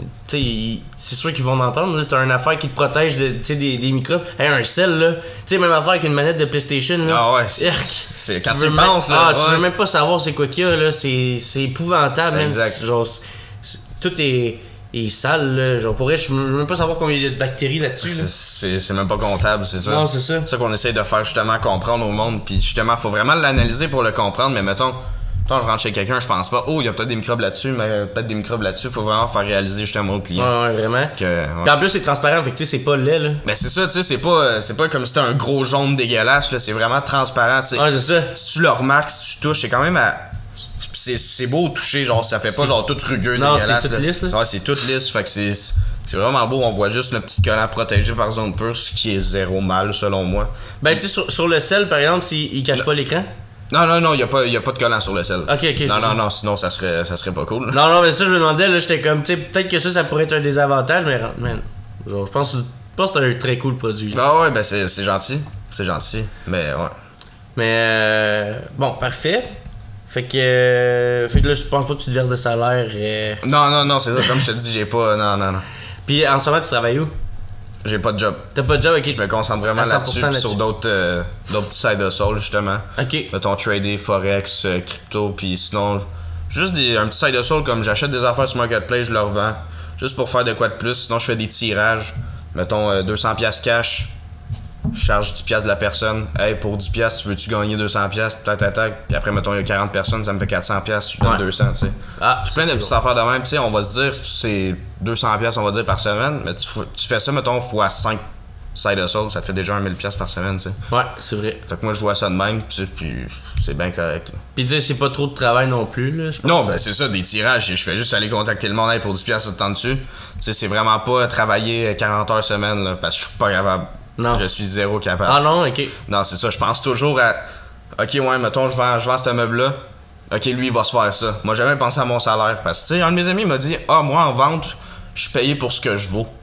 C'est sûr qu'ils vont en prendre, là. T'as une affaire qui te protège des microbes. Hey, un sel, là. Tu sais, même affaire avec une manette de PlayStation, là. Ah ouais, c'est quand tu penses, là. Ah, tu veux même pas savoir c'est quoi qu'il y a, là. C'est épouvantable, même. Exact. Genre, tout est sale, là. Genre, pour vrai, je veux même pas savoir combien il y a de bactéries là-dessus, là. C'est même pas comptable, c'est ça. Non, c'est ça. C'est ça qu'on essaye de faire, justement, comprendre au monde. Puis justement, faut vraiment l'analyser pour le comprendre, mais mettons. Quand je rentre chez quelqu'un, je pense pas, il y a peut-être des microbes là-dessus, mais peut-être des microbes là-dessus. Faut vraiment faire réaliser justement au client. Ouais, vraiment. Ouais. Puis en plus, c'est transparent, fait que tu sais, c'est pas laid, là. Ben c'est ça, tu sais, c'est pas comme si c'était un gros jaune dégueulasse, là. C'est vraiment transparent, tu sais. Ouais, c'est ça. Si tu le remarques, si tu touches, c'est quand même à. C'est beau au toucher, genre, ça fait pas genre tout rugueux, non, dégueulasse. c'est tout lisse, là. Ouais, c'est tout lisse, fait que c'est vraiment beau. On voit juste le petit collant protégé par zone pure, ce qui est zéro mal, selon moi. Ben, tu sais, sur le sel, par exemple, s'il cache pas l'écran. Non, y a pas de collant sur le sel. Ok, Non, sinon ça serait pas cool. Non, mais ça, je me demandais, là, j'étais comme, tu sais, peut-être que ça pourrait être un désavantage, mais, man, genre, je pense que c'est un très cool produit. Ah ouais, ben c'est gentil. C'est gentil, mais ouais. Mais, bon, parfait. Fait que là, je pense pas que tu te verses de salaire. Non, c'est ça, comme je te dis, j'ai pas. Non. Puis en ce moment, tu travailles où? J'ai pas de job. T'as pas de job, ok. Je me concentre vraiment là-dessus, puis sur d'autres petits side hustles, justement. Ok. Mettons trader, forex, crypto, puis sinon, juste un petit side hustle comme j'achète des affaires sur Marketplace, je leur revends. Juste pour faire de quoi de plus. Sinon, je fais des tirages. Mettons 200$ cash. Je charge 10$ de la personne. Hey, pour 10$, tu veux-tu gagner 200$? Tac. Puis après, mettons, il y a 40 personnes, ça me fait 400$, je donne 200$, tu sais. Ah, plein de petites affaires de même. Tu sais, on va se dire, c'est 200$, on va dire, par semaine. Mais tu fais ça, mettons, fois 5 side hustle, ça te fait déjà 1000$ par semaine, tu sais. Ouais, c'est vrai. Fait que moi, je vois ça de même, puis c'est bien correct. Là. Puis tu sais, c'est pas trop de travail non plus, là, je pense. Non, ben c'est ça, des tirages. Je fais juste aller contacter le monde hey, pour 10$, ça te tente dessus. Tu sais, c'est vraiment pas travailler 40 heures semaine, là, parce que je suis pas capable. Non. Je suis zéro capable. Ah non, ok. Non, c'est ça. Je pense toujours à. Ok, ouais, mettons, je vends ce meuble-là. Ok, lui, il va se faire ça. Moi, j'ai jamais pensé à mon salaire. Parce que, tu sais, un de mes amis m'a dit moi, en vente, je suis payé pour ce que je vaux.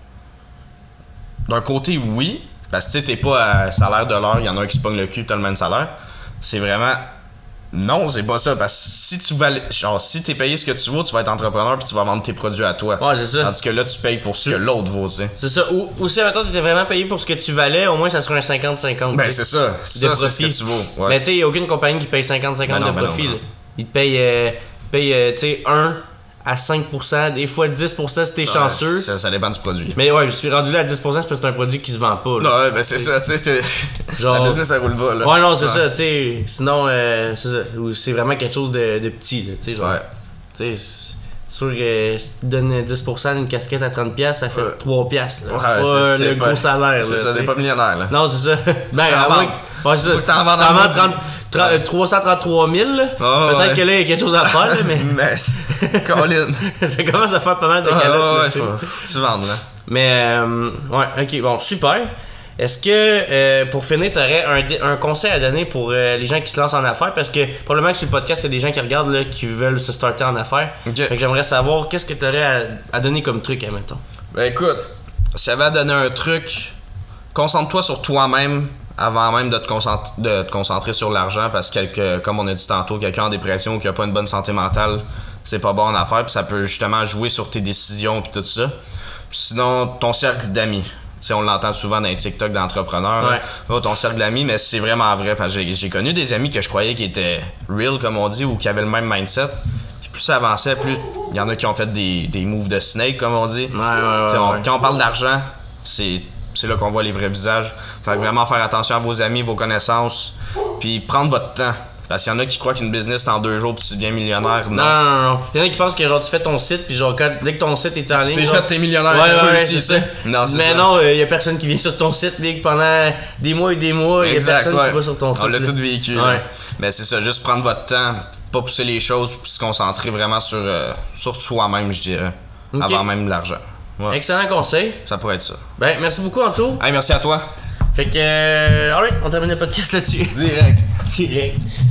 D'un côté, oui. Parce que, tu sais, t'es pas à salaire de l'heure. Il y en a un qui se pogne le cul, t'as le même salaire. C'est vraiment. Non, c'est pas ça. Parce que si tu vales. Genre, si t'es payé ce que tu vaux, tu vas être entrepreneur puis tu vas vendre tes produits à toi. Ouais, c'est ça. Tandis que là, tu payes pour ce que l'autre vaut, tu sais. C'est ça. Ou si, maintenant, t'étais vraiment payé pour ce que tu valais, au moins, ça serait un 50-50. Ben, c'est ça. Ça, c'est ce que tu vaux. Ouais. Mais tu sais, il n'y a aucune compagnie qui paye 50-50 de profit. Non. Ils te payent, tu sais, 1 à 5%, des fois 10% si t'es chanceux. Ça dépend du produit. Mais ouais, je suis rendu là à 10% c'est parce que c'est un produit qui se vend pas. Là. Non, ouais, ben c'est ça, tu sais, genre... la business, ça roule pas, là. Ouais, non, c'est ça, tu sais, sinon, c'est ça, ou c'est vraiment quelque chose de petit, là, tu sais, genre. Ouais. Tu sais, c'est sûr que si tu donnes 10% d'une casquette à 30$, ça fait 3$, là. C'est pas le gros salaire, là. Ça, t'es pas millionnaire, là. Non, c'est ça. Ben, à moins que... Ouais, c'est ça. Faut que t'en vendes 333 000, là. Peut-être que là, il y a quelque chose à faire, là, mais... Colin. Ça commence à faire pas mal de calottes. Ouais, faut tu vendes, là. Mais, ouais, ok, bon, super. Est-ce que, pour finir, t'aurais un conseil à donner pour les gens qui se lancent en affaires? Parce que, probablement que sur le podcast, il y a des gens qui regardent, là, qui veulent se starter en affaires. Okay. Fait que j'aimerais savoir, qu'est-ce que t'aurais à donner comme truc, admettons? Ben, écoute, si j'avais à donner un truc, concentre-toi sur toi-même avant même de te concentrer sur l'argent, parce que, comme on a dit tantôt, quelqu'un en dépression ou qui a pas une bonne santé mentale, c'est pas bon en affaires, puis ça peut justement jouer sur tes décisions puis tout ça. Puis sinon, ton cercle d'amis. Tu sais, on l'entend souvent dans les TikTok d'entrepreneurs. Ouais. Oh, ton cercle d'amis, mais c'est vraiment vrai, parce que j'ai connu des amis que je croyais qui étaient real, comme on dit, ou qui avaient le même mindset. Puis plus ça avançait, plus il y en a qui ont fait des moves de snake, comme on dit. Ouais. Quand on parle d'argent, c'est là qu'on voit les vrais visages. Fait que vraiment faire attention à vos amis, vos connaissances, puis prendre votre temps. Parce qu'il y en a qui croient qu'une business, c'est en 2 jours puis tu deviens millionnaire. Non. Il y en a qui pensent que genre tu fais ton site puis genre dès que ton site est en ligne. C'est genre, fait, t'es millionnaire. Ouais, c'est ça. Non, c'est mais ça. non, il y a personne qui vient sur ton site big pendant des mois et des mois. Il y a personne qui va sur ton site. On l'a tout vécu. Ouais. Mais c'est ça, juste prendre votre temps, pas pousser les choses puis se concentrer vraiment sur soi-même, je dirais. Ok. Avant même l'argent. Ouais. Excellent conseil. Ça pourrait être ça. Ben, merci beaucoup, Anto. Hey, merci à toi. Fait que, alright, on termine le podcast là-dessus. Direct. Direct.